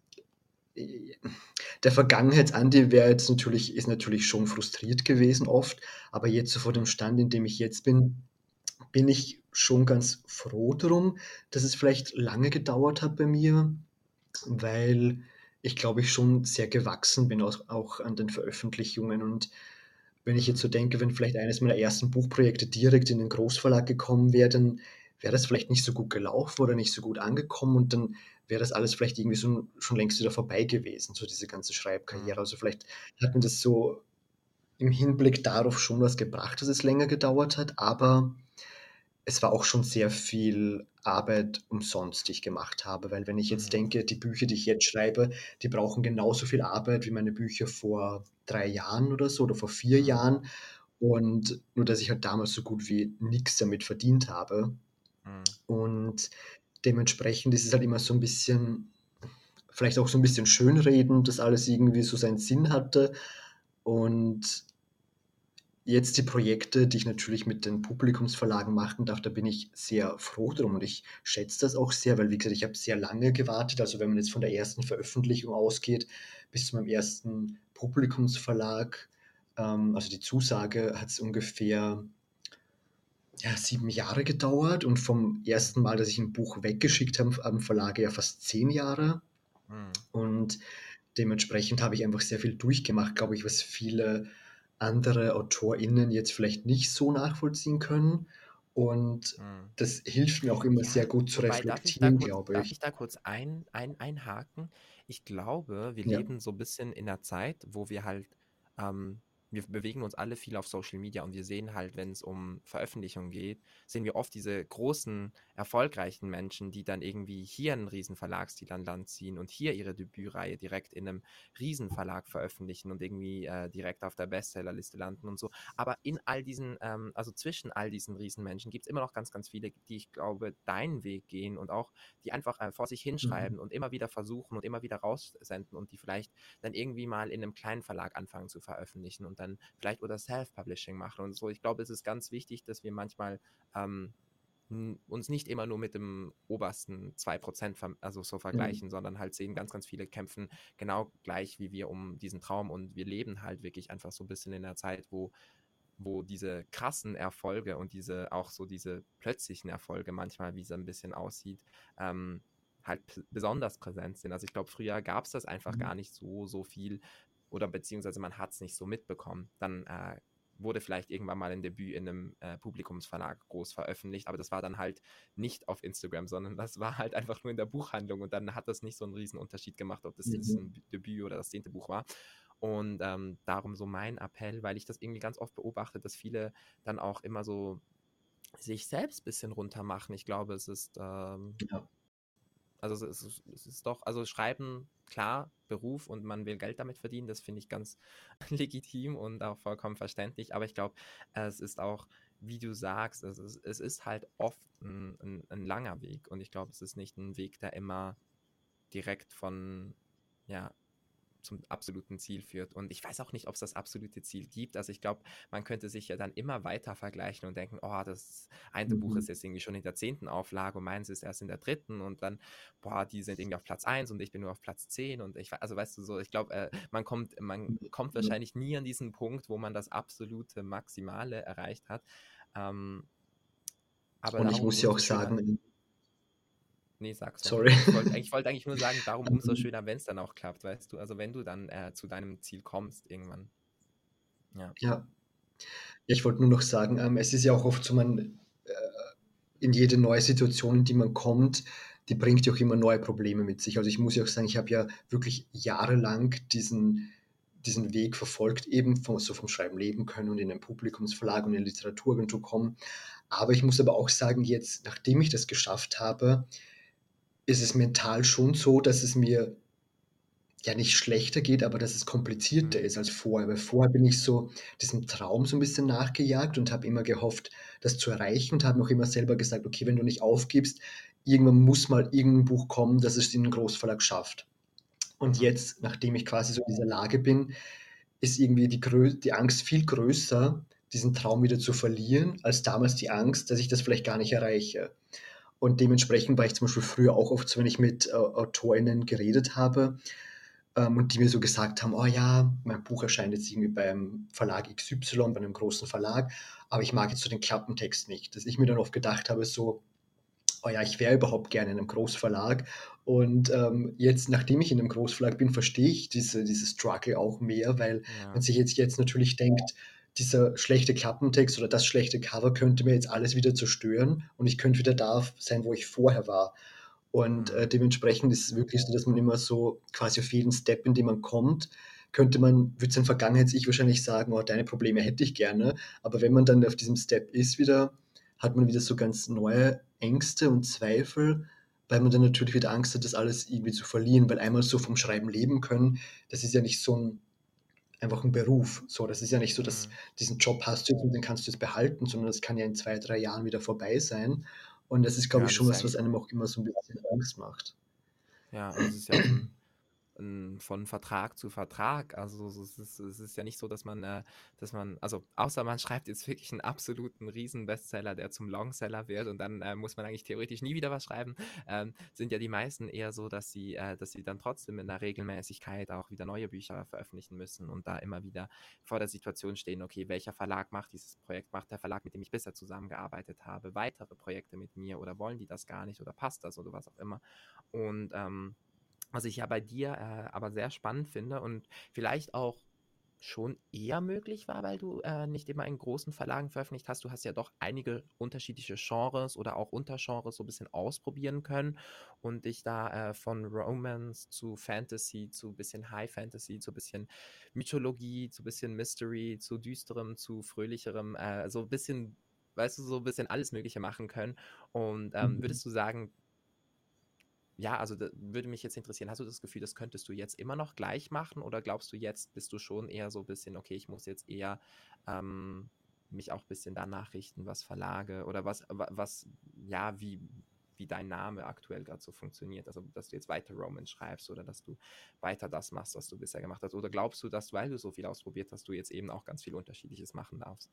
äh, der Vergangenheits-Andi wäre jetzt natürlich ist natürlich schon frustriert gewesen oft, aber jetzt so vor dem Mhm. Stand, in dem ich jetzt bin, bin ich schon ganz froh drum, dass es vielleicht lange gedauert hat bei mir, weil ich glaube, ich schon sehr gewachsen bin aus auch an den Veröffentlichungen. Und wenn ich jetzt Mhm. so denke, wenn vielleicht eines meiner ersten Buchprojekte direkt in den Großverlag gekommen wäre, dann wäre das vielleicht nicht so gut gelaufen oder nicht so gut angekommen und dann wäre das alles vielleicht irgendwie so schon längst wieder vorbei gewesen, so diese ganze Schreibkarriere. Mhm. Also, vielleicht hat mir das so im Hinblick darauf schon was gebracht, dass es länger gedauert hat, aber es war auch schon sehr viel Arbeit umsonst, die ich gemacht habe, weil wenn ich jetzt Mhm. denke, die Bücher, die ich jetzt schreibe, die brauchen genauso viel Arbeit wie meine Bücher vor drei Jahren oder so oder vor vier Mhm. Jahren und nur, dass ich halt damals so gut wie nix damit verdient habe Mhm. und dementsprechend ist es halt immer so 'n bisschen vielleicht auch so 'n bisschen schönreden, dass alles irgendwie so seinen Sinn hatte und jetzt die Projekte, die ich natürlich mit den Publikumsverlagen machen darf, da bin ich sehr froh drum und ich schätze das auch sehr, weil wie gesagt, ich habe sehr lange gewartet. Also, wenn man jetzt von der ersten Veröffentlichung ausgeht bis zu meinem ersten Publikumsverlag, ähm, also die Zusage hat's ungefähr, ja, sieben Jahre gedauert und vom ersten Mal, dass ich 'n Buch weggeschickt habe am Verlag ja fast zehn Jahre. Mhm. Und dementsprechend habe ich einfach sehr viel durchgemacht, glaube ich, was viele andere AutorInnen jetzt vielleicht nicht so nachvollziehen können. Und Mhm. das hilft mir auch immer sehr Ja, gut zu wobei, darf ich da reflektieren, kurz, glaube darf ich. ich da kurz ein, ein, einhaken? Ich glaube, wir Ja. leben so ein bisschen in einer Zeit, wo wir halt, ähm, wir bewegen uns alle viel auf Social Media und wir sehen halt, wenn es um Veröffentlichung geht, sehen wir oft diese großen, erfolgreichen Menschen, die dann irgendwie hier einen riesen Verlagsdeal an Land ziehen und hier ihre Debütreihe direkt in einem Riesenverlag veröffentlichen und irgendwie äh, direkt auf der Bestsellerliste landen und so. Aber in all diesen, ähm, also zwischen all diesen Riesenmenschen gibt es immer noch ganz, ganz viele, die, ich glaube, deinen Weg gehen und auch die einfach äh, vor sich Mhm. hinschreiben und immer wieder versuchen und immer wieder raussenden und die vielleicht dann irgendwie mal in einem kleinen Verlag anfangen zu veröffentlichen und dann vielleicht oder Self-Publishing machen und so. Ich glaube, es ist ganz wichtig, dass wir manchmal ähm, n- uns nicht immer nur mit dem obersten zwei Prozent ver also so Mhm. vergleichen, sondern halt sehen, ganz, ganz viele kämpfen genau gleich wie wir um diesen Traum und wir leben halt wirklich einfach so ein bisschen in einer Zeit, wo wo diese krassen Erfolge und diese auch so diese plötzlichen Erfolge manchmal, wie es ein bisschen aussieht, ähm, halt p- besonders präsent sind. Also ich glaube, früher gab es das einfach Mhm. gar nicht so, so viel oder beziehungsweise man hat es nicht so mitbekommen. Dann äh, wurde vielleicht irgendwann mal ein Debüt in einem äh, Publikumsverlag groß veröffentlicht, aber das war dann halt nicht auf Instagram, sondern das war halt einfach nur in der Buchhandlung und dann hat das nicht so einen riesen Unterschied gemacht, ob das jetzt Mhm. ein Debüt oder das zehnte Buch war. Und ähm, darum so mein Appell, weil ich das irgendwie ganz oft beobachte, dass viele dann auch immer so sich selbst ein bisschen runter machen. Ich glaube, es ist, ähm, Ja. also es ist, es ist doch, also Schreiben, klar, Beruf und man will Geld damit verdienen, das finde ich ganz legitim und auch vollkommen verständlich. Aber ich glaube, es ist auch, wie du sagst, es ist, es ist halt oft ein, ein, ein langer Weg und ich glaube, es ist nicht ein Weg, der immer direkt von, ja, zum absoluten Ziel führt. Und ich weiß auch nicht, ob es das absolute Ziel gibt. Also ich glaube, man könnte sich ja dann immer weiter vergleichen und denken, oh, das eine Buch Mhm. ist jetzt irgendwie schon in der zehnten Auflage und meins ist erst in der dritten und dann, boah, die sind irgendwie auf Platz eins und ich bin nur auf Platz zehn und ich, also weißt du so, ich glaube, äh, man kommt, man kommt Ja. wahrscheinlich nie an diesen Punkt, wo man das absolute Maximale erreicht hat. Ähm, aber Und ich darum muss ja auch umso schöner. sagen, Nee, sag, sorry. sorry. Ich wollte eigentlich, wollte eigentlich nur sagen, darum umso schöner, wenn es dann auch klappt, weißt du? Also wenn du dann äh, zu deinem Ziel kommst irgendwann. Ja. Ja, ich wollte nur noch sagen, ähm, es ist ja auch oft so, man äh, in jede neue Situation, in die man kommt, die bringt ja auch immer neue Probleme mit sich. Also ich muss ja auch sagen, ich habe ja wirklich jahrelang diesen, diesen Weg verfolgt, eben vom, so vom Schreiben leben können und in einen Publikumsverlag und in eine Literaturagentur kommen. Aber ich muss aber auch sagen, jetzt, nachdem ich das geschafft habe, ist es mental schon so, dass es mir ja nicht schlechter geht, aber dass es komplizierter Mhm. ist als vorher. Weil vorher bin ich so diesem Traum so ein bisschen nachgejagt und habe immer gehofft, das zu erreichen und habe mir auch immer selber gesagt: „Okay, wenn du nicht aufgibst, irgendwann muss mal irgendein Buch kommen, das es in 'n Großverlag schafft.“ Und Mhm. jetzt, nachdem ich quasi so in dieser Lage bin, ist irgendwie die grö die Angst viel größer, diesen Traum wieder zu verlieren, als damals die Angst, dass ich das vielleicht gar nicht erreiche. Und dementsprechend war ich zum Beispiel früher auch oft so, wenn ich mit, äh, AutorInnen geredet habe, ähm, und die mir so gesagt haben: „Oh ja, mein Buch erscheint jetzt irgendwie beim Verlag X Y, bei einem großen Verlag, aber ich mag jetzt so den Klappentext nicht.“ Dass ich mir dann oft gedacht habe so: „Oh ja, ich wäre überhaupt gerne in einem Großverlag.“ Und, ähm, jetzt, nachdem ich in einem Großverlag bin, verstehe ich diese diese Struggle auch mehr, weil man Ja, sich jetzt jetzt natürlich denkt, dieser schlechte Klappentext oder das schlechte Cover könnte mir jetzt alles wieder zerstören und ich könnte wieder da sein, wo ich vorher war. Und, äh, mhm. dementsprechend ist es wirklich so, dass man immer so quasi auf jeden Step, in den man kommt, könnte man würde sein Vergangenheits-Ich wahrscheinlich sagen: „Oh, deine Probleme hätte ich gerne.“ Aber wenn man dann auf diesem Step ist wieder, hat man wieder so ganz neue Ängste und Zweifel, weil man dann natürlich wieder Angst hat, das alles irgendwie zu verlieren, weil einmal so vom Schreiben leben können, das ist ja nicht so 'n einfach 'n Beruf. So, das ist ja nicht so, dass Mhm. diesen Job hast du jetzt und den kannst du jetzt behalten, sondern das kann ja in zwei drei Jahren wieder vorbei sein. Und das ist, glaube Ja, ich, das schon ist ja was, was eigentlich, einem auch immer so 'n bisschen Angst macht. ja, und es ist ja auch ein ähm, von Vertrag zu Vertrag. Also so, es ist, es ist ja nicht so, dass man, äh, dass man, also außer man schreibt jetzt wirklich einen absoluten Riesen-Bestseller, der zum Longseller wird und dann äh, muss man eigentlich theoretisch nie wieder was schreiben, ähm, sind ja die meisten eher so, dass sie, äh, dass sie dann trotzdem in der Regelmäßigkeit auch wieder neue Bücher veröffentlichen müssen und da immer wieder vor der Situation stehen, okay, welcher Verlag macht dieses Projekt, macht der Verlag, mit dem ich bisher zusammengearbeitet habe, weitere Projekte mit mir oder wollen die das gar nicht oder passt das oder was auch immer. Und ähm, was ich ja bei dir äh, aber sehr spannend finde und vielleicht auch schon eher möglich war, weil du äh, nicht immer in großen Verlagen veröffentlicht hast. Du hast ja doch einige unterschiedliche Genres oder auch Untergenres so ein bisschen ausprobieren können und dich da äh, von Romance zu Fantasy zu bisschen High Fantasy zu bisschen Mythologie zu bisschen Mystery zu düsterem zu fröhlicherem äh, so ein bisschen, weißt du, so ein bisschen alles Mögliche machen können. Und ähm, Mhm. würdest du sagen, ja, also da würde mich jetzt interessieren, hast du das Gefühl, das könntest du jetzt immer noch gleich machen oder glaubst du, jetzt bist du schon eher so ein bisschen, okay, ich muss jetzt eher ähm, mich auch ein bisschen danach richten, was Verlage oder was, wa- was, ja, wie, wie dein Name aktuell gerade so funktioniert, also dass du jetzt weiter Romans schreibst oder dass du weiter das machst, was du bisher gemacht hast, oder glaubst du, dass, weil du so viel ausprobiert hast, du jetzt eben auch ganz viel Unterschiedliches machen darfst?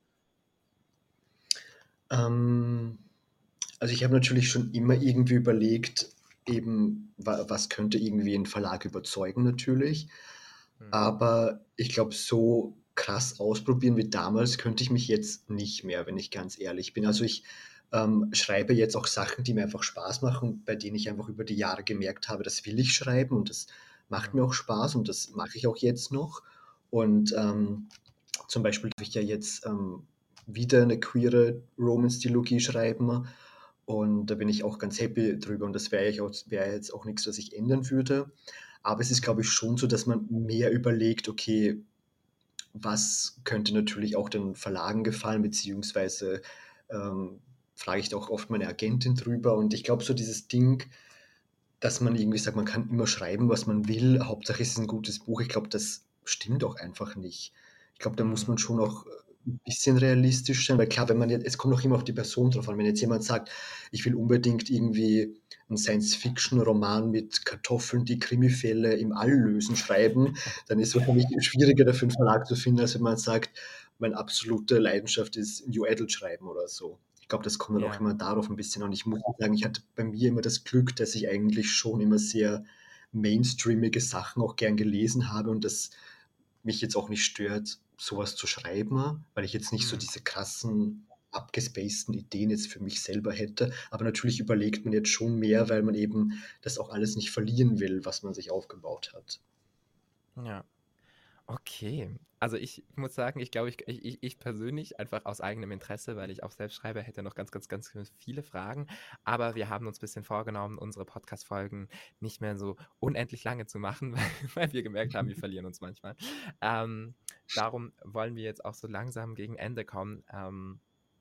Ähm, also ich habe natürlich schon immer irgendwie überlegt, eben, wa was könnte irgendwie 'n Verlag überzeugen natürlich. Hm. Aber ich glaube, so krass ausprobieren wie damals könnte ich mich jetzt nicht mehr, wenn ich ganz ehrlich bin. Also, ich, ähm, schreibe jetzt auch Sachen, die mir einfach Spaß machen, bei denen ich einfach über die Jahre gemerkt habe, das will ich schreiben und das macht Mhm. mir auch Spaß und das mache ich auch jetzt noch. Und, ähm, zum Beispiel darf ich ja jetzt, ähm, wieder 'ne queere Romance-Trilogie schreiben und da bin ich auch ganz happy drüber und das wäre ich auch wäre jetzt auch nix, was ich ändern würde. Aber es ist, Mhm. glaube ich, schon so, dass man mehr überlegt: „Okay, was könnte natürlich auch den Verlagen gefallen?“ Beziehungsweise, ähm, frage ich da auch oft meine Agentin drüber und ich glaube, so dieses Ding, dass man irgendwie sagt, man kann immer schreiben, was man will, Hauptsache es ist 'n gutes Buch. Ich glaube, das stimmt auch einfach nicht. Ich glaube, da muss Mhm. man schon auch, äh, 'n bisschen realistisch sein, weil klar, wenn man jetzt es kommt auch immer auf die Person drauf an. Wenn jetzt jemand sagt: „Ich will unbedingt irgendwie 'n Science-Fiction-Roman mit Kartoffeln, die Krimifälle im All lösen, schreiben“, dann ist wahrscheinlich schwieriger dafür 'n Verlag zu finden, als wenn man sagt: „Meine absolute Leidenschaft ist New Adult schreiben“ oder so. Ich glaube, das kommt dann auch Ja. immer darauf 'n bisschen an. Ich muss auch sagen, ich hatte bei mir immer das Glück, dass ich eigentlich schon immer sehr mainstreamige Sachen auch gern gelesen habe und das mich jetzt auch nicht stört, so was zu schreiben, weil ich jetzt nicht so Mhm. diese krassen, abgespaceden Ideen jetzt für mich selber hätte. Aber natürlich überlegt man jetzt schon mehr, weil man eben das auch alles nicht verlieren will, was man sich aufgebaut hat. Ja. Okay. Also, ich muss sagen, ich glaube, ich ich ich ich persönlich, einfach aus eigenem Interesse, weil ich auch selbst schreibe, hätte noch ganz, ganz, ganz viele Fragen. Aber wir haben uns ein bisschen vorgenommen, unsere Podcast-Folgen nicht mehr so unendlich lange zu machen, weil weil wir gemerkt haben, wir verlieren uns manchmal. Ähm, darum wollen wir jetzt auch so langsam gegen Ende kommen. Ähm,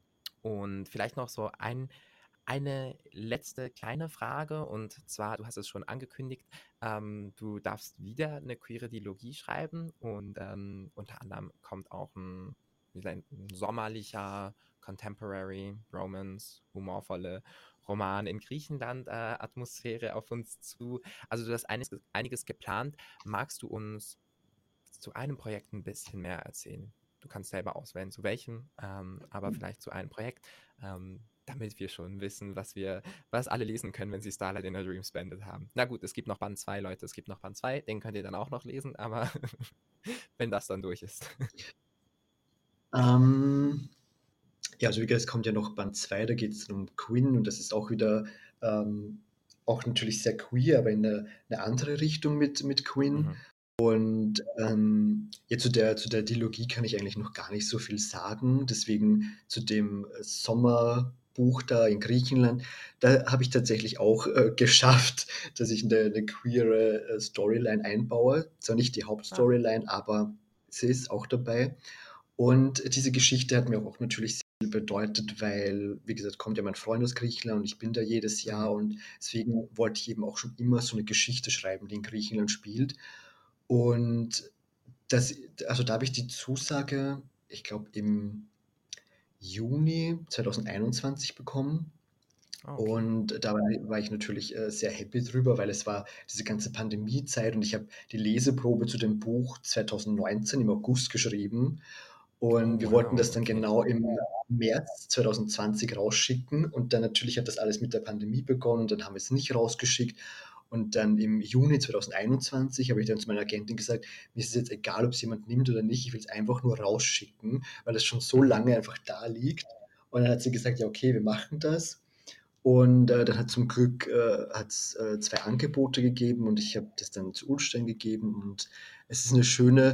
und vielleicht noch so ein eine letzte kleine Frage und zwar, du hast es schon angekündigt, ähm, du darfst wieder eine queere Dilogie schreiben und ähm, unter anderem kommt auch ein, wie sein, ein sommerlicher Contemporary Romance, humorvolle Roman in Griechenland äh, Atmosphäre auf uns zu. Also du hast einiges, einiges geplant. Magst du uns zu einem Projekt ein bisschen mehr erzählen? Du kannst selber auswählen, zu welchem, ähm, aber vielleicht zu einem Projekt, ähm, damit wir schon wissen, was wir, was alle lesen können, wenn sie Starlight in a Dream spendet haben. Na gut, es gibt noch Band zwei, Leute, es gibt noch Band zwei, den könnt ihr dann auch noch lesen, aber wenn das dann durch ist. Ähm, ja, also wie gesagt, es kommt ja noch Band zwei, da geht's um Quinn und das ist auch wieder, ähm, auch natürlich sehr queer, aber in 'ne 'ne andere Richtung mit mit Quinn. Mhm. Und, ähm, ja, zu der zu der Dilogie kann ich eigentlich noch gar nicht so viel sagen. Deswegen zu dem, äh, Sommerbuch da in Griechenland, da habe ich tatsächlich auch, äh, geschafft, dass ich 'ne 'ne queere, äh, Storyline einbaue. Zwar nicht die Ah, Hauptstoryline, aber sie ist auch dabei. Und diese Geschichte hat mir auch natürlich sehr viel bedeutet, weil, wie gesagt, kommt ja mein Freund aus Griechenland und ich bin da jedes Jahr mhm. und deswegen wollte ich eben auch schon immer so 'ne Geschichte schreiben, die in Griechenland spielt. Und das also, da habe ich die Zusage, ich glaube, im Juni zweitausendeinundzwanzig bekommen Ah, okay. und da war war ich natürlich, äh, sehr happy drüber, weil es war diese ganze Pandemiezeit und ich habe die Leseprobe zu dem Buch zweitausendneunzehn im August geschrieben und Oh, wir wollten wow, das dann okay. genau im März zweitausendzwanzig rausschicken und dann natürlich hat das alles mit der Pandemie begonnen, dann haben wir es nicht rausgeschickt und dann im Juni zweitausendeinundzwanzig habe ich dann zu meiner Agentin gesagt: „Mir ist es jetzt egal, ob's jemand nimmt oder nicht, ich will es einfach nur rausschicken, weil das schon so Mhm. lange einfach da liegt.“ Und dann hat sie gesagt: „Ja, okay, wir machen das.“ Und, äh, dann hat zum Glück, äh, hat's, äh, zwei Angebote gegeben und ich habe das dann zu Ullstein gegeben und es ist 'ne schöne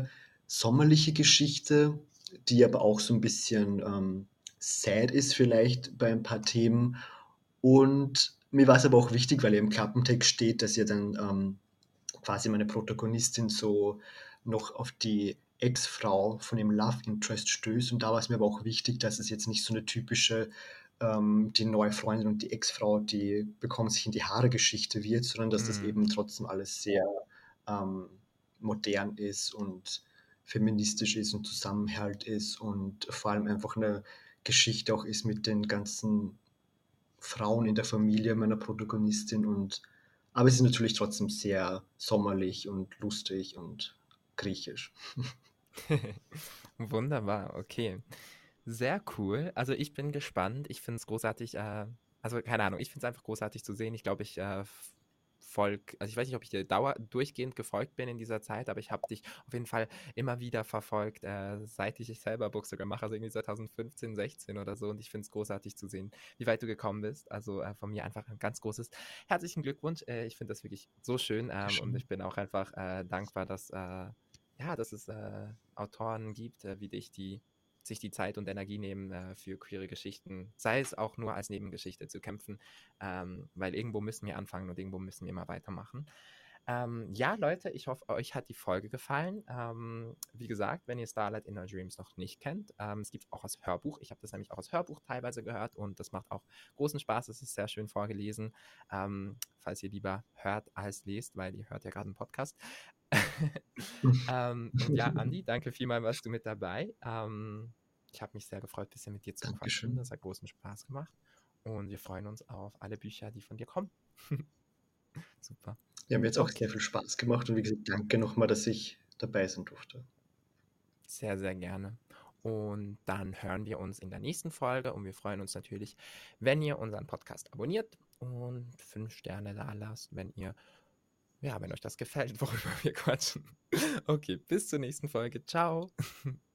sommerliche Geschichte, die aber auch so ein bisschen, ähm, sad ist vielleicht bei ein paar Themen. Und mir war es aber auch wichtig, weil ja im Klappentext steht, dass ja dann, ähm, quasi meine Protagonistin so noch auf die Ex-Frau von dem Love Interest stößt. Und da war es mir aber auch wichtig, dass es jetzt nicht so eine typische, ähm, die neue Freundin und die Ex-Frau, die bekommen sich in die Haare Geschichte wird, sondern dass das Mhm. eben trotzdem alles sehr, ähm, modern ist und feministisch ist und Zusammenhalt ist und vor allem einfach eine Geschichte auch ist mit den ganzen Frauen in der Familie meiner Protagonistin und aber es ist natürlich trotzdem sehr sommerlich und lustig und griechisch. Wunderbar, okay. Sehr cool. Also ich bin gespannt. Ich finde es großartig, äh, also keine Ahnung, ich finde es einfach großartig zu sehen. Ich glaube, ich äh, f- folg, also ich weiß nicht, ob ich dir dauer durchgehend gefolgt bin in dieser Zeit, aber ich habe dich auf jeden Fall immer wieder verfolgt, äh, seit ich selber Bookstagram mache, also irgendwie zwanzig fünfzehn, sechzehn oder so. Und ich finde es großartig zu sehen, wie weit du gekommen bist. Also äh, von mir einfach ein ganz großes herzlichen Glückwunsch. Äh, ich finde das wirklich so schön ähm, und Dankeschön. ich bin auch einfach äh, dankbar, dass, äh, ja, dass es äh, Autoren gibt äh, wie dich, die sich die Zeit und Energie nehmen äh, für queere Geschichten, sei es auch nur als Nebengeschichte zu kämpfen, ähm, weil irgendwo müssen wir anfangen und irgendwo müssen wir immer weitermachen. Ähm, ja, Leute, ich hoffe, euch hat die Folge gefallen. Ähm, wie gesagt, wenn ihr Starlight Inner Dreams noch nicht kennt, ähm, es gibt es auch als Hörbuch. Ich habe das nämlich auch als Hörbuch teilweise gehört und das macht auch großen Spaß. Es ist sehr schön vorgelesen, ähm, falls ihr lieber hört als lest, weil ihr hört ja gerade einen Podcast. ähm, und ja, Andi, danke vielmals, warst du mit dabei. Ähm, ich habe mich sehr gefreut, ein bisschen mit dir zu quatschen. Dankeschön. Das hat großen Spaß gemacht. Und wir freuen uns auf alle Bücher, die von dir kommen. Super. Ja, mir hat's auch sehr Okay, viel Spaß gemacht und wie gesagt, danke nochmal, dass ich dabei sein durfte. sehr, sehr gerne. Und dann hören wir uns in der nächsten Folge und wir freuen uns natürlich, wenn ihr unseren Podcast abonniert und fünf Sterne da lasst, wenn ihr, ja, wenn euch das gefällt, worüber wir quatschen. Okay, bis zur nächsten Folge. Ciao.